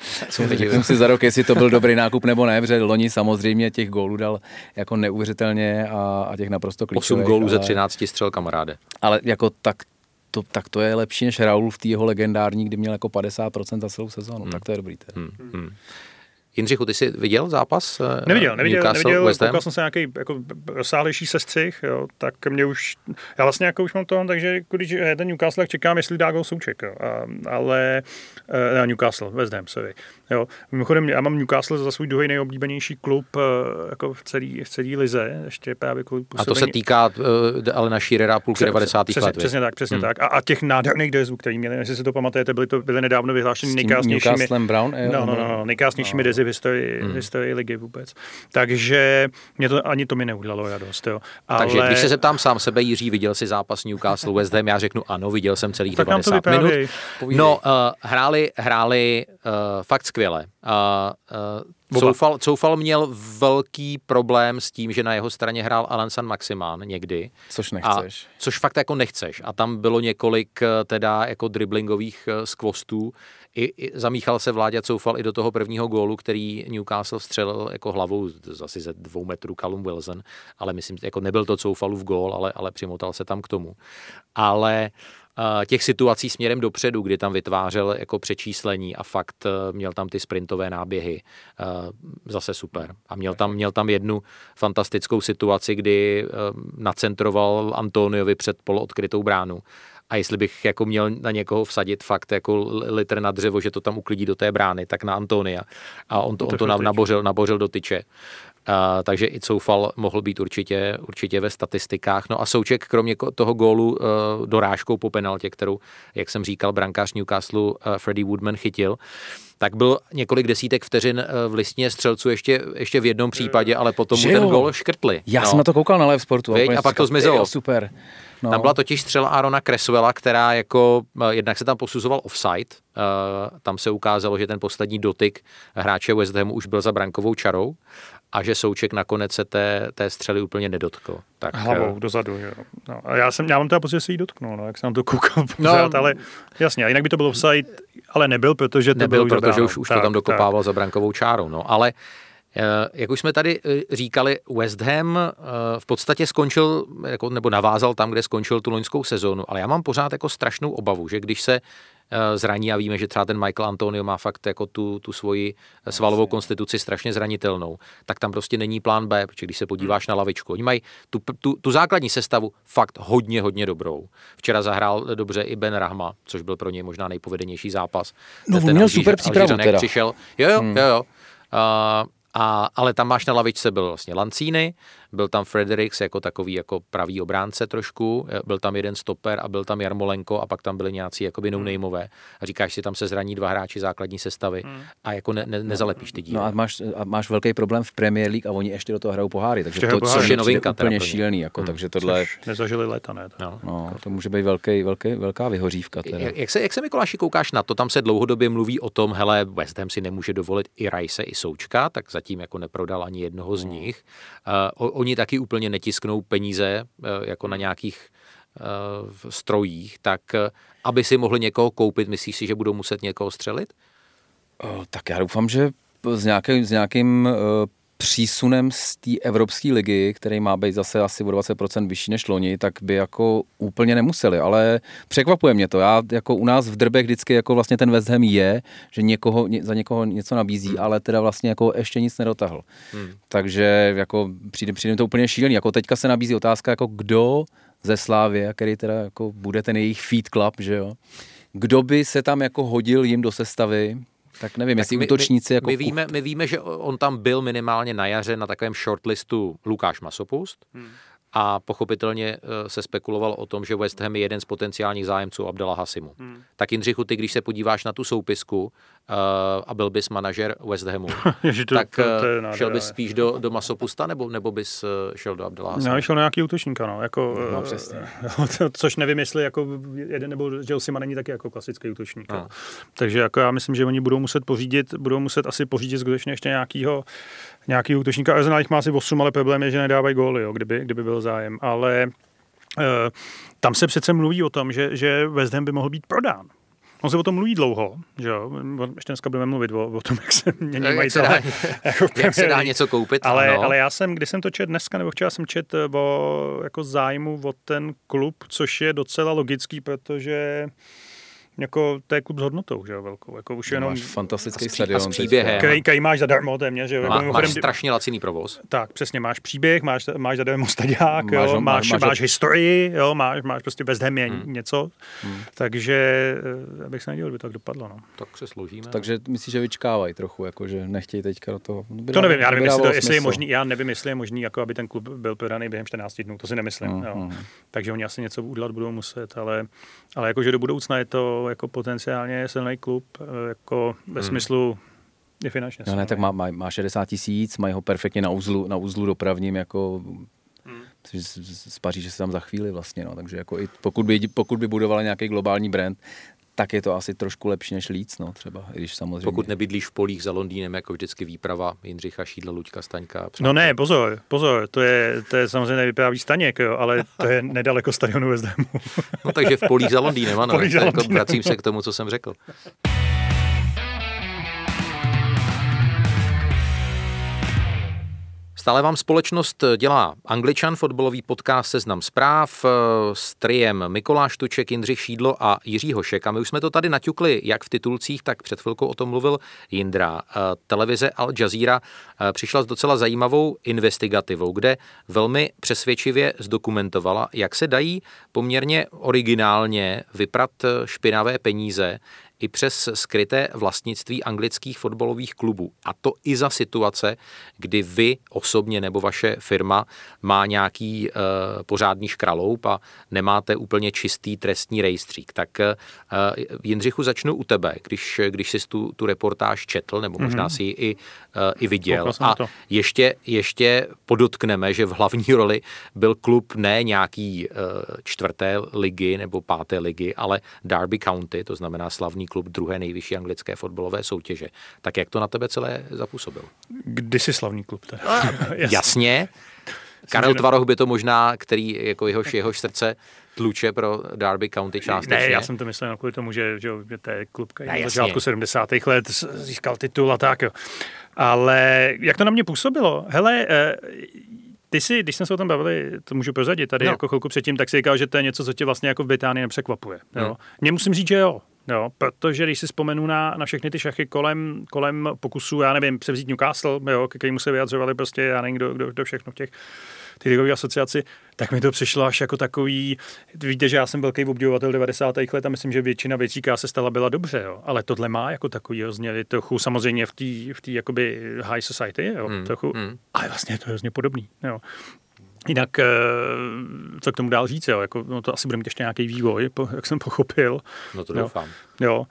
Řeknu si za rok, jestli to byl dobrý nákup nebo ne, protože loni samozřejmě těch gólů dal jako neuvěřitelně a, a těch naprosto klíčových. osm gólů ale, ze třinácti střel, kamaráde. Ale jako tak to, tak to je lepší než Raul v té jeho legendární, kdy měl jako padesát procent za celou sezónu, hmm. tak to je dobrý. Hmm. Hmm. Jindřichu, ty jsi viděl zápas? Neviděl, neviděl, Newcastle, neviděl, koukal jsem se nějaký jako rozsáhlejší sestřih, jo, tak mě už, já vlastně jako už mám to, takže když je ten Newcastle, tak čekám, jestli dá gol Souček, jo, a, ale, ne, Newcastle, West Ham, sorry, jo. Mimochodem, já mám Newcastle za svůj druhý nejoblíbenější klub jako v celé v celý lize, ještě právě kvůli působení. A to se týká uh, Alena Shearera půlky devadesátých přesně, let. Přesně tak, přesně hmm. tak. A, a těch nádherných drezů, který měli, jestli si to pamatujete, byly to byly nedávno vyhlášeny nejkrásnějšími, Brown, no, no, no, no, nejkrásnějšími dresy v historii, hmm. historii ligy vůbec. Takže mě to ani to mi neudělalo radost, jo. Ale... Takže když se zeptám sám sebe, Jiří, viděl jsi zápas Newcastle West Ham, já řeknu ano, viděl jsem celých tak devadesát minut. No, uh, hráli, hráli uh, fakt skvěle. Uh, uh, Coufal, Coufal měl velký problém s tím, že na jeho straně hrál Alan Saint-Maximin někdy. Což nechceš. A, což fakt jako nechceš. A tam bylo několik teda jako driblingových skvostů. I, i zamíchal se Vláďa Coufal i do toho prvního gólu, který Newcastle vstřelil jako hlavou asi ze dvou metrů Callum Wilson, ale myslím, jako nebyl to Coufalův gól, ale, ale přimotal se tam k tomu. Ale uh, těch situací směrem dopředu, kdy tam vytvářel jako přečíslení a fakt uh, měl tam ty sprintové náběhy, uh, zase super. A měl tam, měl tam jednu fantastickou situaci, kdy uh, nacentroval Antoniovi před poloodkrytou bránu. A jestli bych jako měl na někoho vsadit fakt jako litr na dřevo, že to tam uklidí do té brány, tak na Antonia. A on to, on to nabořil, nabořil do tyče. Uh, takže i Coufal mohl být určitě, určitě ve statistikách. No a Souček kromě toho gólu uh, dorážkou po penaltě, kterou, jak jsem říkal, brankář Newcastle uh, Freddie Woodman chytil, tak byl několik desítek vteřin v listině střelců ještě, ještě v jednom případě, ale potom mu ten gól škrtli. Já no. jsem na to koukal na Live Sportu. Věď, a pak to zmizelo. Jo, super. No. Tam byla totiž střela Aarona Cresswella, která jako, jednak se tam posuzoval offside, uh, tam se ukázalo, že ten poslední dotyk hráče West Hamu už byl za brankovou čarou a že Souček nakonec se té, té střely úplně nedotkl. Tak, hlavou uh, dozadu, jo. No, a já, jsem, já mám teda pocit, že se jí dotknul, no, jak jsem na to koukal pořád, no, ale jasně, a jinak by to byl offside, ale nebyl, protože to nebyl, bylo protože už, už tak, to tam dokopával tak. za brankovou čárou, no, ale jak už jsme tady říkali, West Ham v podstatě skončil, jako, nebo navázal tam, kde skončil tu loňskou sezónu, ale já mám pořád jako strašnou obavu, že když se zraní a víme, že třeba ten Michael Antonio má fakt jako tu, tu svoji svalovou konstituci strašně zranitelnou, tak tam prostě není plán B, protože když se podíváš na lavičku, oni mají tu, tu, tu základní sestavu fakt hodně, hodně dobrou. Včera zahrál dobře i Ben Rahma, což byl pro něj možná nejpovedenější zápas. No, on měl super přípravu teda. Přišel, jo, jo, hmm. jo, jo. Uh, A, ale tam máš na lavičce byl vlastně Lanzini, byl tam Fredericks jako takový jako pravý obránce trošku, byl tam jeden stoper a byl tam Jarmolenko a pak tam byli nějací jakoby no-nameové. A říkáš si, tam se zraní dva hráči základní sestavy a jako ne, ne, nezalepíš ty díly. No a máš, a máš velký problém v Premier League a oni ještě do toho hrajou poháry, takže ještě to poháry, je novinka úplně šílený, jako, hmm. takže tohle... Což nezažili léta, ne? No, no, to může být velký, velký, velká vyhořívka. Teda. Jak, jak, se, jak se Mikuláši koukáš na to, tam se dlouhodobě mluví o tom, hele, West Ham si nemůže dovolit i Rice, i Součka, tak zatím jako neprodal ani jednoho z nich. Uh, oni taky úplně netisknou peníze uh, jako na nějakých uh, strojích, tak uh, aby si mohli někoho koupit, myslíš si, že budou muset někoho střelit? Uh, tak já doufám, že s nějakým, s nějakým uh, přísunem z té Evropské ligy, který má být zase asi o dvacet procent vyšší než loni, tak by jako úplně nemuseli, ale překvapuje mě to. Já jako u nás v Drbech vždycky jako vlastně ten West Ham je, že někoho, ně, za někoho něco nabízí, hmm. ale teda vlastně jako ještě nic nedotahl. Hmm. Takže jako přijde, přijde to úplně šílený. Jako teďka se nabízí otázka, jako kdo ze Slávie, který teda jako bude ten jejich feed club, že jo? Kdo by se tam jako hodil jim do sestavy? Tak nevím, tak jestli my, útočníci my, jako... My víme, my víme, že on tam byl minimálně na jaře na takovém shortlistu Lukáš Masopust hmm. a pochopitelně se spekulovalo o tom, že West Ham je jeden z potenciálních zájemců Abdela Hasimu. Hmm. Tak Jindřichu, ty, když se podíváš na tu soupisku uh, a byl bys manažer West Hamu, Ježi, to, tak to, to, to nádherné. Šel bys spíš do, do Masopusta nebo, nebo bys šel do Abdela Hasimu? Já šel na nějaký útočníka, no. Jako, no přesně. Což nevím, jestli jako jeden nebo Jelsima není taky jako klasický útočník. No. Takže jako já myslím, že oni budou muset pořídit, budou muset asi pořídit skutečně ještě nějakýho nějaký útočníka. Arsenal jich má asi osm, ale problém je, že nedávají góly, jo, kdyby, kdyby byl zájem. Ale uh, tam se přece mluví o tom, že, že West Ham by mohl být prodán. On se o tom mluví dlouho, že jo? Ještě dneska budeme mluvit o, o tom, jak se mění majitele. Jako jak se dá něco koupit, ale, ano. ale já jsem, když jsem to čet dneska, nebo včera jsem čet o jako zájmu o ten klub, což je docela logický, protože jako to je klub s hodnotou, že jo, velkou. Jako už jenom máš fantastický stadion s příběhem. Který, který máš zadarmo téměř, že jo. Má, jako máš strašně laciný provoz. Tak, přesně, máš příběh, máš, máš zadarmo stadiák, máš, jo, máš, máš, máš historii, jo, máš, máš prostě West Ham je hmm. něco, hmm. takže abych se nedělal, by to tak dopadlo, no. Tak se složíme. Takže myslíš, že vyčkávají trochu, jako, že nechtějí teďka do toho. By to nevím, já nevím, jestli, to, jestli je možný, já nevím, jestli je možný, jako aby ten klub byl prodaný během čtrnácti dnů, to si nemyslím, hmm. jo. Takže oni asi něco udělat budou muset, ale, ale jakože do budoucna je to jako potenciálně silný klub, jako ve hmm. smyslu je finančně. No ne, tak má, má, má šedesát tisíc, mají ho perfektně na uzlu, na uzlu dopravním, jako hmm. z Paříže se tam za chvíli vlastně, no, takže jako i pokud by, pokud by budovali nějaký globální brand, tak je to asi trošku lepší než Leeds, no, třeba, i když samozřejmě. Pokud nebydlíš v polích za Londýnem, jako vždycky výprava Jindřicha Šídla, Luďka Staňka. No ne, pozor, pozor, to je, to je samozřejmě nevypráví Staněk, jo, ale to je nedaleko stadionu West Hamu. No takže v polích za Londýnem, ano. Polích za jako Londýnem. Vracím se k tomu, co jsem řekl. Stále vám společnost dělá Angličan, fotbalový podcast Seznam zpráv s triem Mikoláš Tuček, Jindřich Šídlo a Jiří Hošek. A my už jsme to tady naťukli jak v titulcích, tak před chvilkou o tom mluvil Jindra. Televize Al Jazeera přišla s docela zajímavou investigativou, kde velmi přesvědčivě zdokumentovala, jak se dají poměrně originálně vyprat špinavé peníze i přes skryté vlastnictví anglických fotbalových klubů. A to i za situace, kdy vy osobně nebo vaše firma má nějaký e, pořádný škraloup a nemáte úplně čistý trestní rejstřík. Tak e, Jindřichu, začnu u tebe, když, když jsi tu, tu reportáž četl, nebo možná mm-hmm. si ji i, e, i viděl. A ještě, ještě podotkneme, že v hlavní roli byl klub ne nějaký e, čtvrté ligy nebo páté ligy, ale Derby County, to znamená slavný klub druhé nejvyšší anglické fotbalové soutěže. Tak jak to na tebe celé zapůsobilo? Kdysi slavný klub teda. Jasně. Jasně. Karel Tvaroch by to možná, který jako jehož, jehož srdce tluče pro Derby County částečně. Ne, já jsem to myslel kvůli tomu, že, že, že to je klub, který na začátku sedmdesátých let získal titul a tak. Jo. Ale jak to na mě působilo? Hele, ty si, když jsme se o tom bavili, to můžu prozadit tady no. jako chvilku předtím, tak si říkal, že to je něco, co tě vlastně jako v Británii nepřekvapuje. Jo. Hmm. Mně musím říct, že jo. Jo, protože když si vzpomenu na, na všechny ty šachy kolem, kolem pokusů, já nevím, převzít Newcastle, jo, ke kterému se vyjadřovali prostě, já nevím, kdo, kdo, kdo všechno v těch ty ligových asociaci, tak mi to přišlo až jako takový, víte, že já jsem velký obdivovatel devadesátých let a myslím, že většina věcí, která se stala, byla dobře, jo, ale tohle má jako takový rozměry trochu samozřejmě v té v té jakoby high society, jo, hmm, trochu, hmm. ale vlastně je to hrozně podobný, jo. Jinak, co k tomu dál říct, jo? Jako, no to asi bude mít ještě nějaký vývoj, jak jsem pochopil. No to doufám. Jo. jo.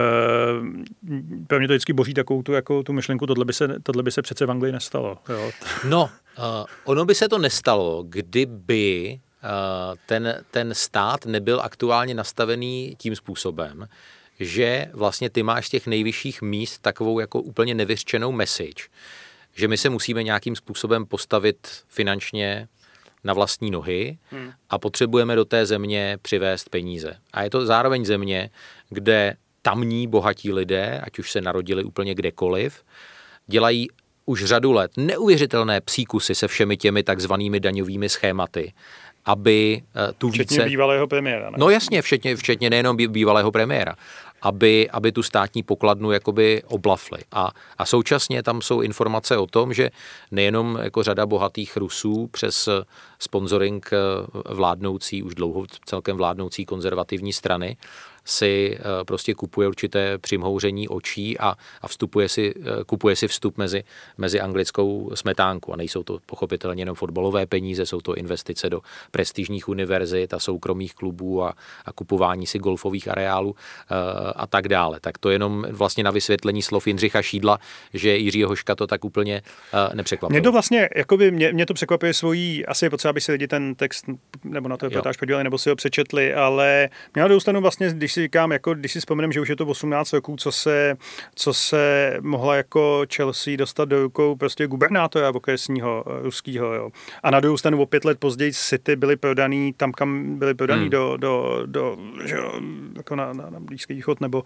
E, pro mě to vždycky boří takovou tu, jako, tu myšlenku, tohle by, se, tohle by se přece v Anglii nestalo. Jo. No, uh, ono by se to nestalo, kdyby uh, ten, ten stát nebyl aktuálně nastavený tím způsobem, že vlastně ty máš z těch nejvyšších míst takovou jako úplně nevyřčenou message, že my se musíme nějakým způsobem postavit finančně na vlastní nohy hmm. a potřebujeme do té země přivést peníze. A je to zároveň země, kde tamní bohatí lidé, ať už se narodili úplně kdekoliv, dělají už řadu let neuvěřitelné psíkusy se všemi těmi takzvanými daňovými schématy, aby tu více... Včetně bývalého premiéra. Ne? No jasně, včetně, včetně nejenom bývalého premiéra. Aby, aby tu státní pokladnu jakoby oblafli. A, a současně tam jsou informace o tom, že nejenom jako řada bohatých Rusů přes sponsoring vládnoucí, už dlouho celkem vládnoucí konzervativní strany, si prostě kupuje určité přimhouření očí a, a vstupuje si, kupuje si vstup mezi, mezi anglickou smetánku. A nejsou to pochopitelně jenom fotbalové peníze, jsou to investice do prestižních univerzit a soukromých klubů a, a kupování si golfových areálů a tak dále. Tak to jenom vlastně na vysvětlení slov Jindřicha Šídla, že Jiří Hoška to tak úplně nepřekvapilo. Mě to vlastně, jakoby mě, mě to překvapuje svojí, asi je potřeba, aby si lidi ten text nebo na to reportáž podívali, nebo si ho přečetli, ale mě na druhou stranu vlastně, když když si říkám, jako když si vzpomenem, že už je to osmnáct roků, co se, co se mohla jako Chelsea dostat do rukou prostě gubernátora okresního ruskýho, jo. A na druhou stranu o pět let později City byli prodaný tam, kam byli prodaný hmm. do, do, do že, jako na, na, na Blízký východ, nebo uh,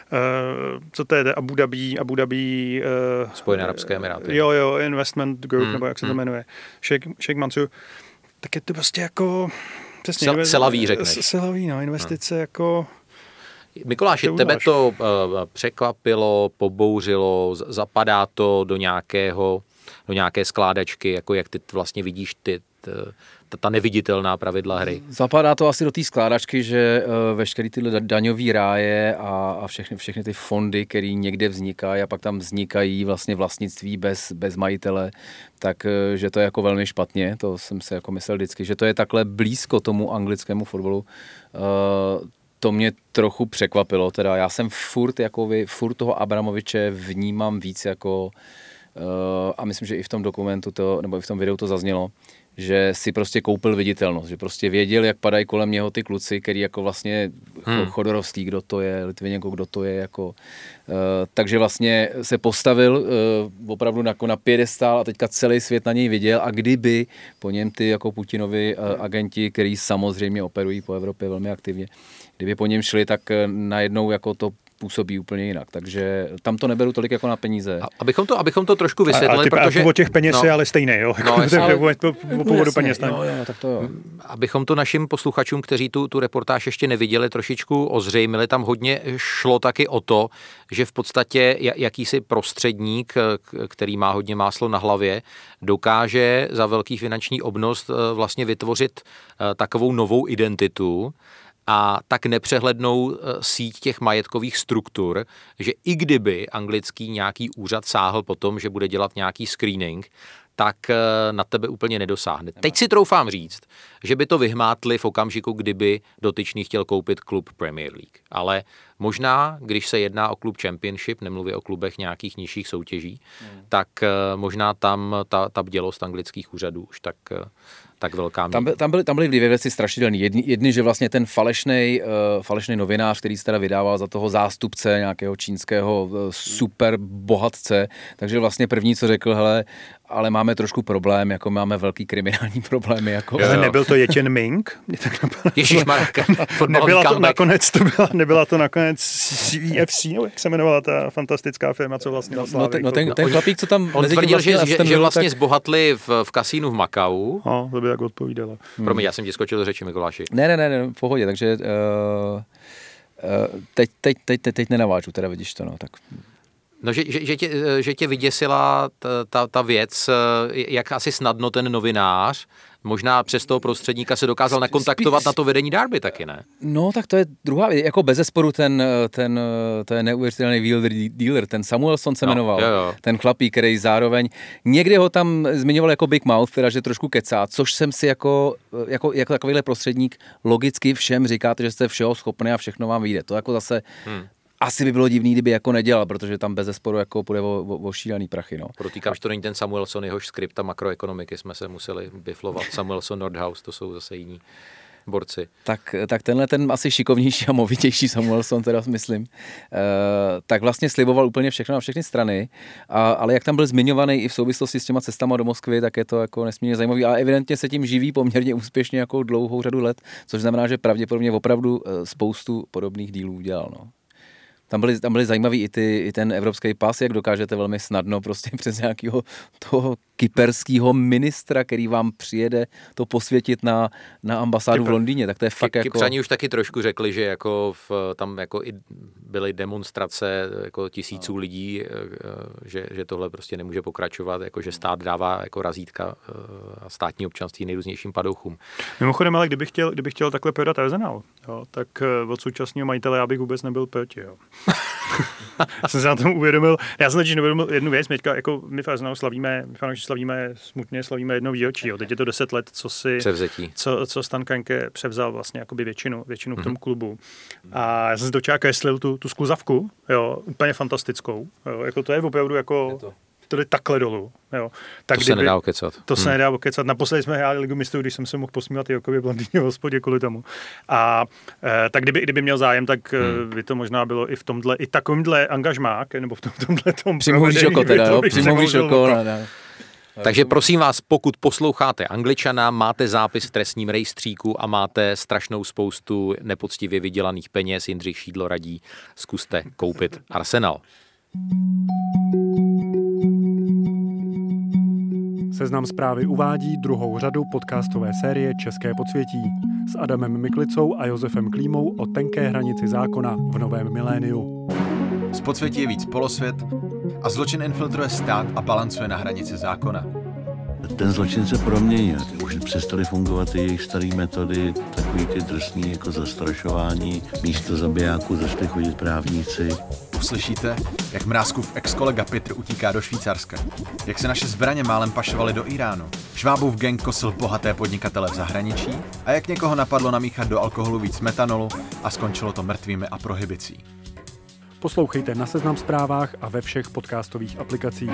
co to je, Abu Dhabi, Abu Dhabi uh, Spojené arabské emiráty. Jo, jo, Investment Group, hmm. nebo jak se to hmm. jmenuje, Sheikh, Sheikh Mansour, tak je to prostě jako přesně, Sel, selaví, řekneš. Selaví, no, investice hmm. jako... Mikuláši, tebe to uh, překvapilo, pobouřilo, zapadá to do nějakého, do nějaké skládačky, jako jak ty vlastně vidíš ty, ta, ta neviditelná pravidla hry? Zapadá to asi do té skládačky, že uh, veškerý tyhle daňový ráje a, a všechny, všechny ty fondy, které někde vznikají a pak tam vznikají vlastně vlastnictví bez, bez majitele, tak uh, že to je jako velmi špatně, to jsem si jako myslel vždycky, že to je takhle blízko tomu anglickému fotbalu. Uh, To mě trochu překvapilo, teda já jsem furt, jako vy, furt toho Abramoviče vnímám víc jako, uh, a myslím, že i v tom dokumentu to, nebo i v tom videu to zaznělo, že si prostě koupil viditelnost, že prostě věděl, jak padají kolem něho ty kluci, který jako vlastně hmm. Chodorovský, kdo to je, Litviněnko, kdo to je, jako, uh, takže vlastně se postavil uh, opravdu na, jako na piedestál a teďka celý svět na něj viděl a kdyby po něm ty jako Putinovi uh, agenti, který samozřejmě operují po Evropě velmi aktivně, kdyby po něm šli, tak najednou jako to působí úplně jinak. Takže tam to neberu tolik jako na peníze. A abychom to, abychom to trošku vysvětlili, a, a ty, protože... o těch peněz no, je ale stejný, jo? No, ale, po, po původu peněz. Jo, jo, tak to jo. Abychom to našim posluchačům, kteří tu, tu reportáž ještě neviděli, trošičku ozřejmili, tam hodně šlo taky o to, že v podstatě jakýsi prostředník, který má hodně máslo na hlavě, dokáže za velký finanční obnos vlastně vytvořit takovou novou identitu, a tak nepřehlednou síť těch majetkových struktur, že i kdyby anglický nějaký úřad sáhl po tom, že bude dělat nějaký screening, tak na tebe úplně nedosáhne. Teď si troufám říct, že by to vyhmátli v okamžiku, kdyby dotyčný chtěl koupit klub Premier League. Ale možná, když se jedná o klub Championship, nemluví o klubech nějakých nižších soutěží, hmm. tak možná tam ta, ta bdělost anglických úřadů už tak... tak velká. Tam, tam, byly, tam byly dvě věci strašidelné. Jedni, jedni, že vlastně ten falešnej, uh, falešnej novinář, který se teda vydával za toho zástupce nějakého čínského uh, super bohatce, takže vlastně první, co řekl, hele, ale máme trošku problém, jako máme velký kriminální problémy. Jako, ale nebyl to Ye Ming? Ježišmarka. Nebyla to nakonec, to byla, nebyla to nakonec C V F C, no, jak se jmenovala ta fantastická firma, co vlastně no, no, ten, no ten, ten chlapík, co tam... On tvrdil, vlastně, že, že, že vlastně tak... zbohatli v, v kasínu v Makau. No, to by tak odpovídalo. Hmm. Promiň, já jsem ti skočil do řeči, Mikuláši. Ne, ne, ne, ne, v pohodě, takže uh, uh, teď, teď, teď, teď, teď nenavážu, teda vidíš to, no, tak... No, že, že, že, tě, že tě vyděsila ta, ta, ta věc, jak asi snadno ten novinář, možná přes toho prostředníka se dokázal nakontaktovat Spíš... na to vedení Derby taky, ne? No, tak to je druhá věc. Jako bezesporu ten, ten, to je neuvěřitelný wheeler dealer, ten Samuelson se no, jmenoval, jo, jo. Ten chlapík, který zároveň, někdy ho tam zmiňoval jako Big Mouth, teda, že trošku kecá, což jsem si jako, jako, jako takovýhle prostředník logicky všem říkáte, že jste všeho schopný a všechno vám vyjde. To jako zase... Hmm. Asi by bylo divný, kdyby jako nedělal, protože tam bezesporu jako půjde o, o, o šílený prachy. No. Protýkám, že to není ten Samuelson, jehož skripta makroekonomiky jsme se museli biflovat. Samuelson, Nordhaus, to jsou zase jiní borci. Tak, tak tenhle ten asi šikovnější a movitější Samuelson, teda myslím, uh, tak vlastně sliboval úplně všechno na všechny strany, a, ale jak tam byl zmiňovaný i v souvislosti s těma cestama do Moskvy, tak je to jako nesmírně zajímavý a evidentně se tím živí poměrně úspěšně jako dlouhou řadu let, což znamená, že pravděpodobně opravdu spoustu podobných dílů udělal. No. Tam byly, tam byly zajímavý i, ty, i ten evropský pas, jak dokážete velmi snadno prostě přes nějakého toho kyperského ministra, který vám přijede to posvětit na, na ambasádu Kypr. v Londýně, tak to je fakt Ky- jako... Kypřani už taky trošku řekli, že jako v, tam jako i byly demonstrace jako tisíců no. lidí, že, že tohle prostě nemůže pokračovat, jako že stát dává jako razítka a státní občanství nejrůznějším padouchům. Mimochodem, ale kdybych chtěl, kdybych chtěl takhle prodat Arsenal, jo, tak od současného majitele já bych vůbec nebyl proti, jo. Já jsem se na tom uvědomil, já jsem totiž neuvědomil jednu věc, teďka, jako my v Arsenalu slavíme, my slavíme smutně, slavíme jedno výročí, jo. Teď je to deset let, co si, co, co Stan Kroenke převzal vlastně jakoby většinu, většinu mm-hmm. v tom klubu. A já jsem si do čára kreslil tu, tu skluzavku, jo, úplně fantastickou, jo. Jako to je opravdu jako... Je to. to jde takhle dolů. Jo. Tak to kdyby, se nedá okecat. To se hmm. nedá okecat. Naposledy jsme hráli Ligu mistrů, když jsem se mohl posmívat Jokovi Blondýně v hospodě kvůli tomu. A e, tak kdyby, kdyby měl zájem, tak hmm. by to možná bylo i v tomhle, i takovýmhle angažmák, nebo v tom, tomhle tom přimluvíš oko teda, jo? Přimluvíš oko. Takže prosím vás, pokud posloucháte Angličana, máte zápis v trestním rejstříku a máte strašnou spoustu nepoctivě vydělaných peněz, Jindřich Šídlo radí, zkuste koupit Arsenal. Seznam Zprávy uvádí druhou řadu podcastové série České podsvětí s Adamem Miklicou a Josefem Klímou o tenké hranici zákona v novém miléniu. Z podsvětí je víc polosvět a zločin infiltruje stát a balancuje na hranici zákona. Ten zločin se proměnil. Už přestaly fungovat ty jejich staré metody, takový ty drsný jako zastrašování. Místo zabijáků začali chodit právníci. Uslyšíte, jak Mrázkův ex-kolega Petr utíká do Švýcarska. Jak se naše zbraně málem pašovaly do Iránu. Švábův gang kosil bohaté podnikatele v zahraničí a jak někoho napadlo namíchat do alkoholu víc metanolu a skončilo to mrtvými a prohibicí. Poslouchejte na Seznam Zprávách a ve všech podcastových aplikacích.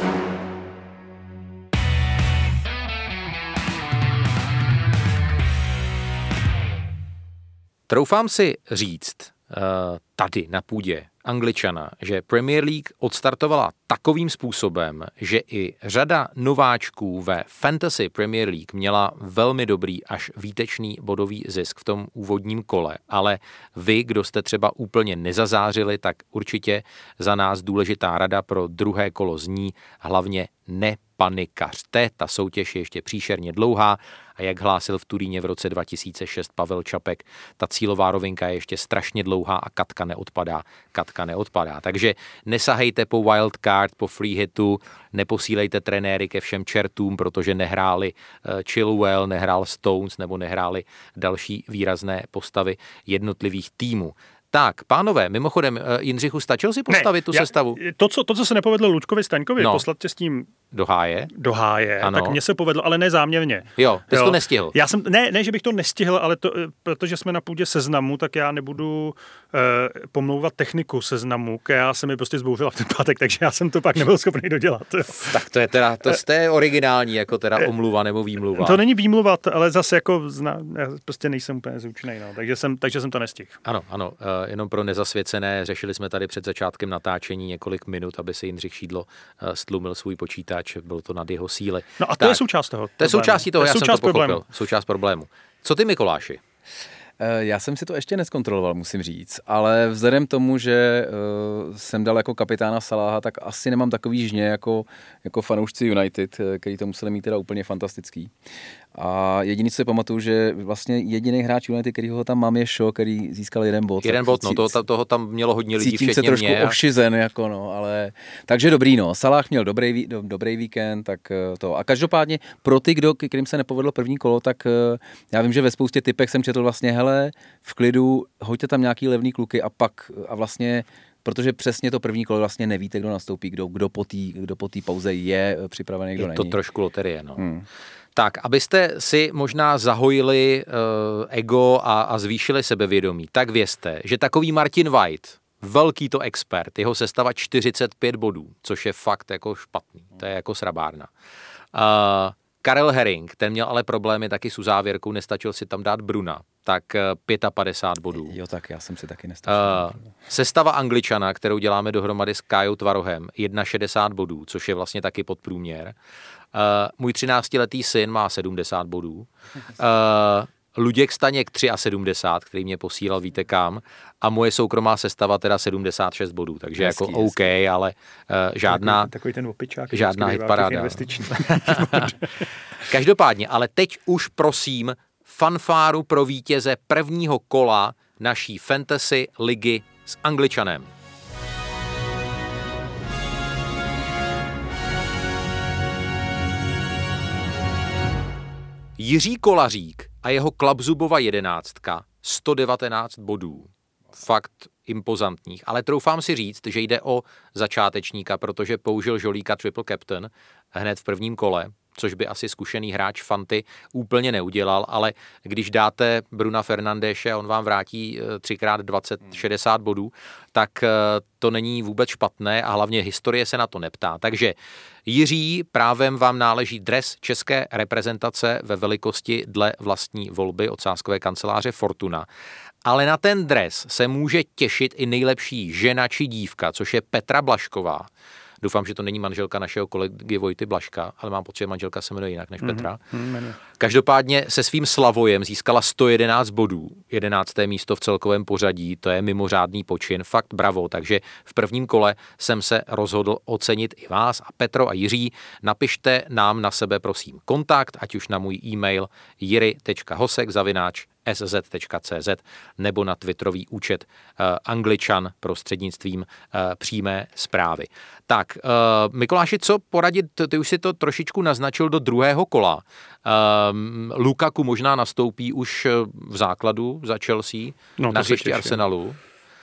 Troufám si říct uh, tady na půdě Angličana, že Premier League odstartovala takovým způsobem, že i řada nováčků ve Fantasy Premier League měla velmi dobrý až výtečný bodový zisk v tom úvodním kole, ale vy, kdo jste třeba úplně nezazářili, tak určitě za nás důležitá rada pro druhé kolo zní hlavně nepanikařte. Ta soutěž je ještě příšerně dlouhá a jak hlásil v Turíně v roce dva tisíce šest Pavel Čapek, ta cílová rovinka je ještě strašně dlouhá a katka neodpadá. Katka neodpadá. Takže nesahejte po wildcard, po free hitu, neposílejte trenéry ke všem čertům, protože nehráli Chilwell, nehrál Stones nebo nehráli další výrazné postavy jednotlivých týmů. Tak, pánové, mimochodem, Jindřichu, stačil si postavit ne, tu já, sestavu? To co, to, co se nepovedlo Luďkovi Staňkovi, no. poslat tě s tím do háje, do háje ano. tak mně se povedlo, ale ne záměrně. Jo, ty jsi to nestihl. Já jsem, ne, ne, že bych to nestihl, ale to, protože jsme na půdě Seznamu, tak já nebudu uh, pomlouvat techniku Seznamu, která se mi prostě zbouřila v ten pátek, takže já jsem to pak nebyl schopný dodělat. Jo. Tak to je teda, to je originální, jako teda omluva nebo výmluva. To není výmluva, ale zase jako, zna, já prostě nejsem úplně zúčnej, no, takže jsem, takže jsem to nestihl. Ano, ano, uh, jenom pro nezasvěcené, řešili jsme tady před začátkem natáčení několik minut, aby si Jindřich Šídlo uh, stlumil svůj počítač, bylo to nad jeho síly. No a to tak, je součást toho. To je součástí toho, to je já součást jsem to pochopil. Problému. Součást problému. Co ty, Mikuláši? Já jsem si to ještě neskontroloval, musím říct, ale vzhledem tomu, že uh, jsem dal jako kapitána Saláha, tak asi nemám takový žně jako, jako fanoušci United, který to museli mít teda úplně fantastický. A jediný, co si pamatuju, že vlastně jediný hráč United, který ho tam mám, je Shaw, který získal jeden bod. Jeden bod, no, toho, toho tam mělo hodně lidí, cítím včetně se trošku mě. ošizen, jako no, ale... Takže dobrý, no. Salah měl dobrý, do, dobrý víkend, tak to. A každopádně pro ty, kdo, kterým se nepovedlo první kolo, tak já vím, že ve spoustě typech jsem četl vlastně, hele, v klidu, hoďte tam nějaký levný kluky a pak a vlastně... Protože přesně to první kolo vlastně nevíte, kdo nastoupí, kdo, kdo po té kdo po té pauze je připravený, kdo je není. Je to trošku loterie, no. Hmm. Tak, abyste si možná zahojili uh, ego a, a zvýšili sebevědomí, tak vězte, že takový Martin White, velký to expert, jeho sestava čtyřicet pět bodů, což je fakt jako špatný, to je jako srabárna. Uh, Karel Herring, ten měl ale problémy taky s uzávěrkou, nestačil si tam dát Bruna, tak padesát pět bodů. Jo, tak já jsem si taky nestačil. Uh, sestava Angličana, kterou děláme dohromady s Kájou Tvarohem, šedesát jedna bodů, což je vlastně taky podprůměr. Uh, můj třináctiletý syn má sedmdesát bodů. Uh, Luděk Staněk sedmdesát tři, který mě posílal víte kam. A moje soukromá sestava teda sedmdesát šest bodů, takže hezký, jako OK, hezký. Ale uh, žádná, takový, takový ten opičák, žádná hitparáda. Každopádně, ale teď už prosím fanfáru pro vítěze prvního kola naší Fantasy ligy s Angličanem. Jiří Kolařík a jeho Klapzubova jedenáctka, sto devatenáct bodů. Fakt impozantních, ale troufám si říct, že jde o začátečníka, protože použil žolíka triple captain hned v prvním kole, což by asi zkušený hráč Fanty úplně neudělal, ale když dáte Bruna Fernandéše a on vám vrátí tři krát dvacet, šedesát bodů, tak to není vůbec špatné a hlavně historie se na to neptá. Takže Jiří, právem vám náleží dres české reprezentace ve velikosti dle vlastní volby od sáskové kanceláře Fortuna. Ale na ten dres se může těšit i nejlepší žena či dívka, což je Petra Blažková. Doufám, že to není manželka našeho kolegy Vojty Blažka, ale mám pocit, že manželka se jmenuje jinak než Petra. Mm-hmm. Každopádně se svým Slavojem získala sto jedenáct bodů, jedenácté místo v celkovém pořadí, to je mimořádný počin, fakt bravo, takže v prvním kole jsem se rozhodl ocenit i vás a Petro a Jiří. Napište nám na sebe prosím kontakt, ať už na můj e-mail jiry tečka hosek zavináč es zet tečka cé zet nebo na twitterový účet uh, Angličan prostřednictvím uh, přímé zprávy. Tak, uh, Mikuláši, co poradit, ty už si to trošičku naznačil do druhého kola. Uh, Lukaku možná nastoupí už v základu za Chelsea no, na hřišti Arsenalu.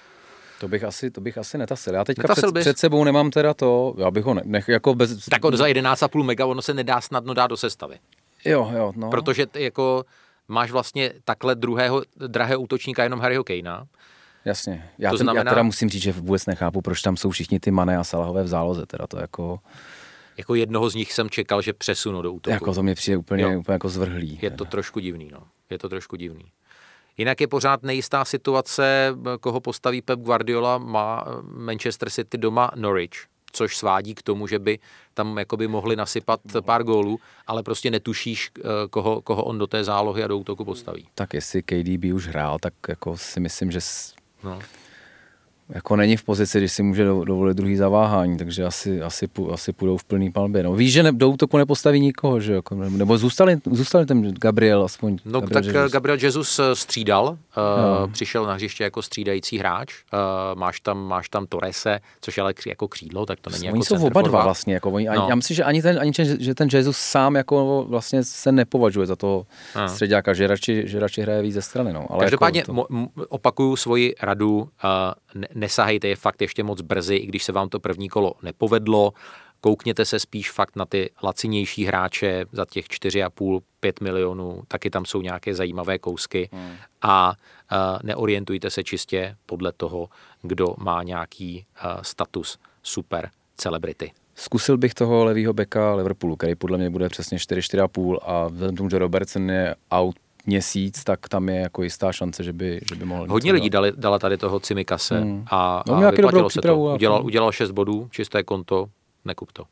To bych asi, to bych asi netasil. Já teďka před, před sebou nemám teda to, já bych ho ne, nech, jako bez... Tak on za jedenáct celá pět mega, ono se nedá snadno dát do sestavy. Jo, jo, no. Protože ty jako máš vlastně takhle druhého drahého útočníka jenom Harryho Kanea. Jasně. Já, ten, znamená, já teda musím říct, že vůbec nechápu, proč tam jsou všichni ty Mané a Salahové v záloze. Teda to jako... Jako jednoho z nich jsem čekal, že přesunu do útoku. Jako to mě přijde úplně, úplně jako zvrhlý. Je to trošku divný, no. Je to trošku divný. Jinak je pořád nejistá situace, koho postaví Pep Guardiola, má Manchester City doma Norwich, což svádí k tomu, že by tam jakoby mohli nasypat pár gólů, ale prostě netušíš, koho, koho on do té zálohy a do útoku postaví. Tak jestli K D B už hrál, tak jako si myslím, že s... no. jako není v pozici, když si může dovolit druhý zaváhání, takže asi, asi, asi půjdou v plný palbě. No, víš, že ne, do útoku nepostaví nikoho, že jako, nebo zůstali, zůstali ten Gabriel aspoň. No Gabriel tak Jesus. Gabriel Jesus střídal, uh, přišel na hřiště jako střídající hráč, uh, máš, tam, máš tam Torrese, což je ale kří, jako křídlo, tak to není oni jako jsou oba dva vlastně, jako oni, no. Já myslím, že ani ten, ani ten, že ten Jesus sám jako vlastně se nepovažuje za toho hmm. středáka, že radši, že radši hraje víc ze strany. No. Ale každopádně jako to... mo- opakuju svoji radu, uh, ne- nesahejte, je fakt ještě moc brzy, i když se vám to první kolo nepovedlo. Koukněte se spíš fakt na ty lacinější hráče za těch čtyři a půl pět milionů, taky tam jsou nějaké zajímavé kousky hmm. a uh, neorientujte se čistě podle toho, kdo má nějaký uh, status super celebrity. Zkusil bych toho levýho beka Liverpoolu, který podle mě bude přesně čtyři, čtyři a půl a vzhledem tomu, že Robertson je out měsíc, tak tam je jako jistá šance, že by, že by mohl... Hodně lidí dali, dala tady toho Cimikase hmm. a, no, a vyplatilo se to. Udělal, udělal šest bodů, čisté konto, nekup to.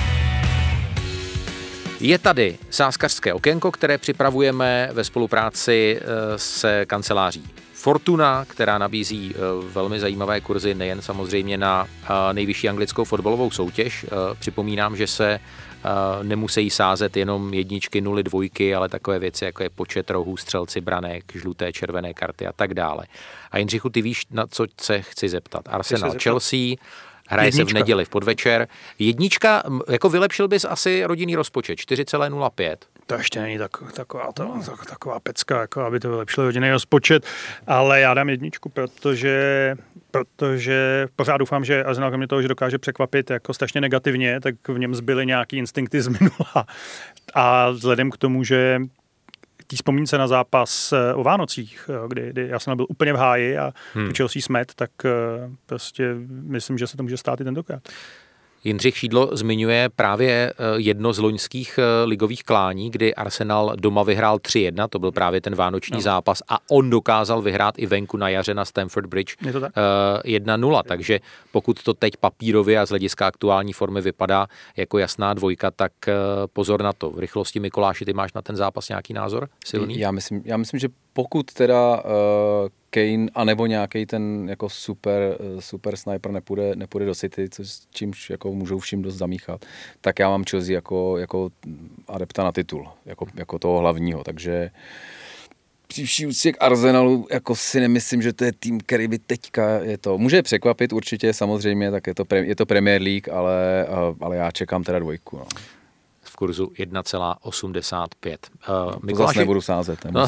Je tady sázkařské okénko, které připravujeme ve spolupráci se kanceláří Fortuna, která nabízí velmi zajímavé kurzy nejen samozřejmě na nejvyšší anglickou fotbalovou soutěž. Připomínám, že se nemusí sázet jenom jedničky, nuly, dvojky, ale takové věci, jako je počet rohů, střelci, branek, žluté, červené karty a tak dále. A Jindřichu, ty víš, na co se chci zeptat. Arsenal, chci Chelsea, hraje Jednička. se v neděli v podvečer. Jednička, jako vylepšil bys asi rodinný rozpočet, čtyři celá nula pět. To ještě není tak, taková, to, tak, taková pecka, jako aby to vylepšilo rodinný rozpočet, ale já dám jedničku, protože, protože pořád doufám, že Arsenal kromě toho, že dokáže překvapit jako strašně negativně, tak v něm zbyly nějaký instinkty z minula. A vzhledem k tomu, že tý vzpomínce na zápas o Vánocích, kdy, kdy Arsenal byl úplně v háji a hmm. Chelsea smet, tak prostě myslím, že se to může stát i tentokrát. Jindřich Šídlo zmiňuje právě jedno z loňských ligových klání, kdy Arsenal doma vyhrál tři jedna, to byl právě ten vánoční no. zápas a on dokázal vyhrát i venku na jaře na Stamford Bridge jedna nula, takže pokud to teď papírově a z hlediska aktuální formy vypadá jako jasná dvojka, tak pozor na to. V rychlosti, Mikuláši, ty máš na ten zápas nějaký názor silný? Já myslím, já myslím že pokud teda uh, Kane anebo nějaký ten jako super, super sniper nepůjde, nepůjde do City, což, čímž jako můžou všim dost zamíchat, tak já mám Chelsea jako, jako adepta na titul, jako, jako toho hlavního, takže při vší úctě k Arsenalu jako si nemyslím, že to je tým, který by teďka je to, může překvapit určitě samozřejmě, tak je to, je to Premier League, ale, ale já čekám teda dvojku. No. v kurzu jedna celá osmdesát pět. Uh, to Mikuláši... zase nebudu sázet. No.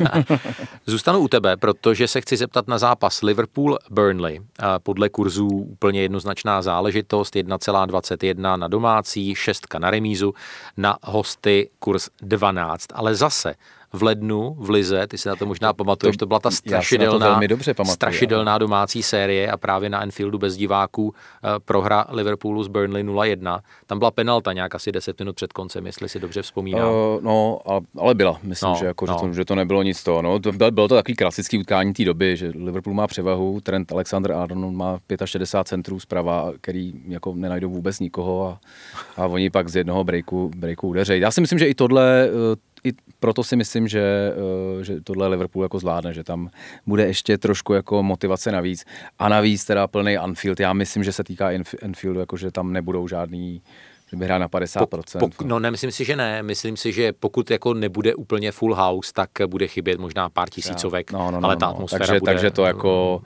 Zůstanu u tebe, protože se chci zeptat na zápas Liverpool-Burnley. Uh, podle kurzů úplně jednoznačná záležitost, jedna celá dvacet jedna na domácí, šestka na remízu, na hosty kurz dvanáct, ale zase v lednu v lize, ty si na to možná pamatuješ, to, to byla ta strašidelná, strašidelná domácí série a právě na Anfieldu bez diváků uh, prohra Liverpoolu z Burnley nula jedna. Tam byla penalta nějak asi deset minut před koncem, jestli si dobře vzpomínám. Uh, no, ale byla. Myslím, no, že, jako, no. že, to, že to nebylo nic toho. No, to bylo to takový klasický utkání té doby, že Liverpool má převahu, Trent Alexander-Arnold má šedesát pět centrů zprava, který jako nenajdou vůbec nikoho a, a oni pak z jednoho breaku, breaku udeřejí. Já si myslím, že i tohle I proto si myslím, že, že tohle Liverpool jako zvládne, že tam bude ještě trošku jako motivace navíc. A navíc teda plný Anfield. Já myslím, že se týká Anfieldu, jako že tam nebudou žádný, že by hrál na padesát procent. Pok, pok, no nemyslím si, že ne. Myslím si, že pokud jako nebude úplně full house, tak bude chybět možná pár tisícovek, no, no, no, ale ta atmosféra takže, bude... Takže to jako,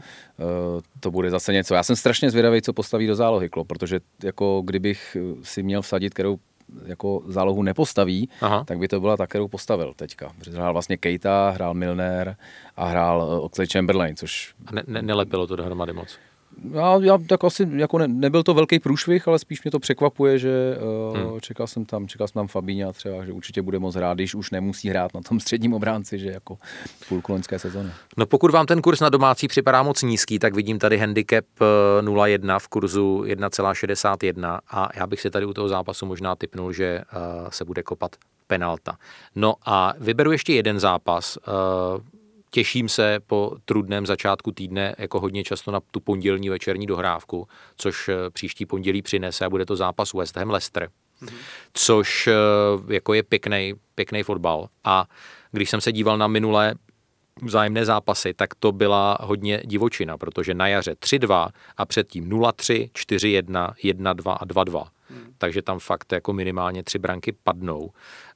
to bude zase něco. Já jsem strašně zvědavý, co postaví do zálohy Klopp, protože jako kdybych si měl vsadit, kterou jako zálohu nepostaví, Aha. tak by to byla ta, kterou postavil teďka. Hrál vlastně Keita, hrál Milner a hrál Oxlade Chamberlain, což... A ne, ne, nelepilo to dohromady moc? Já, já tak asi jako ne, nebyl to velký průšvih, ale spíš mě to překvapuje, že hmm. uh, čekal jsem tam, čekal jsem tam Fabinha třeba, že určitě bude moc hrát, když už nemusí hrát na tom středním obránci, že jako půlku loňské sezóny. No pokud vám ten kurz na domácí připadá moc nízký, tak vidím tady handicap nula jedna v kurzu jedna celá šedesát jedna a já bych si tady u toho zápasu možná tipnul, že uh, se bude kopat penalta. No a vyberu ještě jeden zápas. Uh, Těším se po trudném začátku týdne jako hodně často na tu pondělní večerní dohrávku, což příští pondělí přinese a bude to zápas West Ham Leicester, mm-hmm. což jako je pěkný, pěkný fotbal. A když jsem se díval na minulé vzájemné zápasy, tak to byla hodně divočina, protože na jaře tři dva a předtím nula tři, čtyři jedna, jedna dva a dva dva. Hmm. Takže tam fakt jako minimálně tři branky padnou.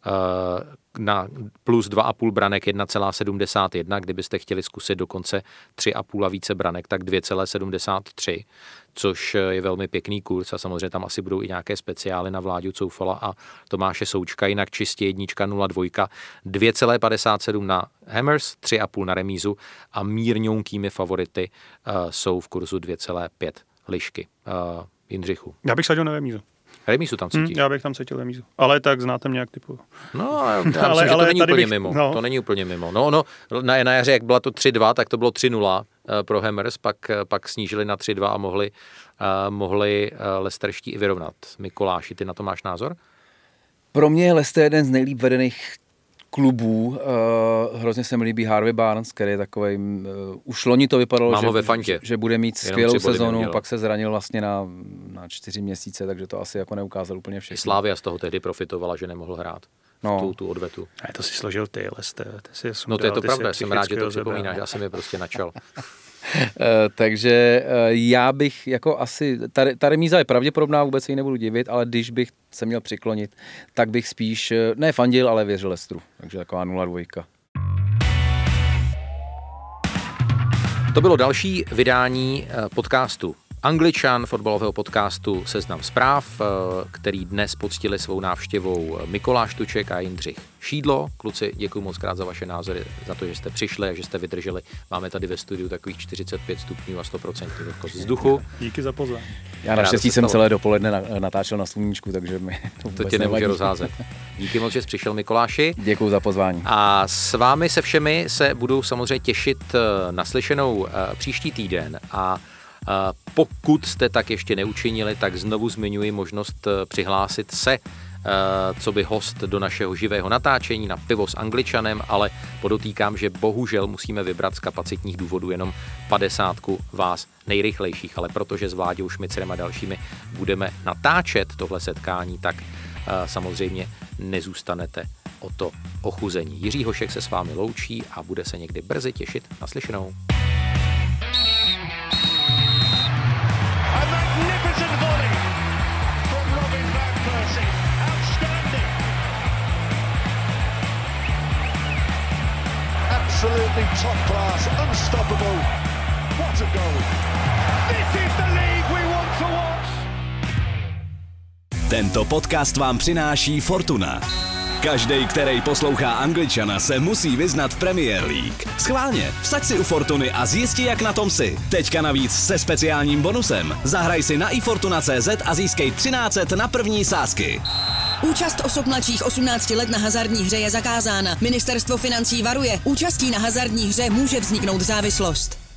Na plus dva a půl branek jedna celá sedmdesát jedna, kdybyste chtěli zkusit dokonce tři a půl a více branek, tak dvě celá sedmdesát tři, což je velmi pěkný kurz a samozřejmě tam asi budou i nějaké speciály na Vláďu Coufala a Tomáše Součka, jinak čistě jednička nula dva, dvě celá padesát sedm na Hammers, tři a půl na remízu a mírňounkými favority uh, jsou v kurzu dvě celá pět lišky. Uh, Jindřichu. Já bych sadil na remízu. Remízu tam cítíš? Hmm, já bych tam cítil remízu. Ale tak znáte mě jak typu. No, já myslím, ale, že to není úplně bych, mimo. No. To není úplně mimo. No, no, na, na jaře, jak byla to tři dva, tak to bylo tři nula uh, pro Hammers, pak, pak snížili na tři dva a mohli, uh, mohli uh, Leicesterští i vyrovnat. Mikuláši, ty na to máš názor? Pro mě je Leicester jeden z nejlíp vedených klubů. Uh, hrozně se mi líbí Harvey Barnes, který je takovej, uh, už loni to vypadalo, že, že, že bude mít skvělou sezonu, pak se zranil vlastně na, na čtyři měsíce, takže to asi jako neukázal úplně všechno. Slávia z toho tehdy profitovala, že nemohl hrát no. tu, tu odvetu. A to si složil ty, Leicester. Ty si no to je to pravda, jsem rád, že to připomínáš, já jsem je prostě načal. Uh, takže uh, já bych jako asi, ta, ta remíza je pravděpodobná, vůbec se jí nebudu divit, ale když bych se měl přiklonit, tak bych spíš, ne fandil, ale věřil Leicesteru, takže taková nula dva. To bylo další vydání podcastu Angličan, fotbalového podcastu Seznam zpráv, který dnes poctili svou návštěvou Mikoláš Tuček a Jindřich Šídlo. Kluci, děkuji moc krát za vaše názory, za to, že jste přišli a že jste vydrželi. Máme tady ve studiu takových čtyřicet pět stupňů a sto procent vlhkost vzduchu. Díky za pozvání. Já naštěstí jsem celé dopoledne natáčel na sluníčku, takže mi to, to tě nemůže rozházet. Díky moc, že jsi přišel, Mikoláši. Děkuji za pozvání. A s vámi se všemi se budu samozřejmě těšit na slyšenou příští týden a pokud jste tak ještě neučinili, tak znovu zmiňuji možnost přihlásit se co by host do našeho živého natáčení na pivo s Angličanem, ale podotýkám, že bohužel musíme vybrat z kapacitních důvodů jenom padesátku vás nejrychlejších, ale protože s Vláďou Šmicerem a dalšími budeme natáčet tohle setkání, tak samozřejmě nezůstanete o to ochuzení. Jiří Hošek se s vámi loučí a bude se někdy brzy těšit na slyšenou. Absolutely top class, unstoppable. What a goal. This is the league we want to watch. Tento podcast vám přináší Fortuna. Každej, který poslouchá Angličana, se musí vyznat v Premier League. Schválně, vsaď si u Fortuny a zjisti, jak na tom si. Teďka navíc se speciálním bonusem. Zahraj si na ifortuna tečka cé zet a získej třináct set na první sázky. Účast osob mladších osmnácti let na hazardní hře je zakázána. Ministerstvo financí varuje. Účastí na hazardní hře může vzniknout závislost.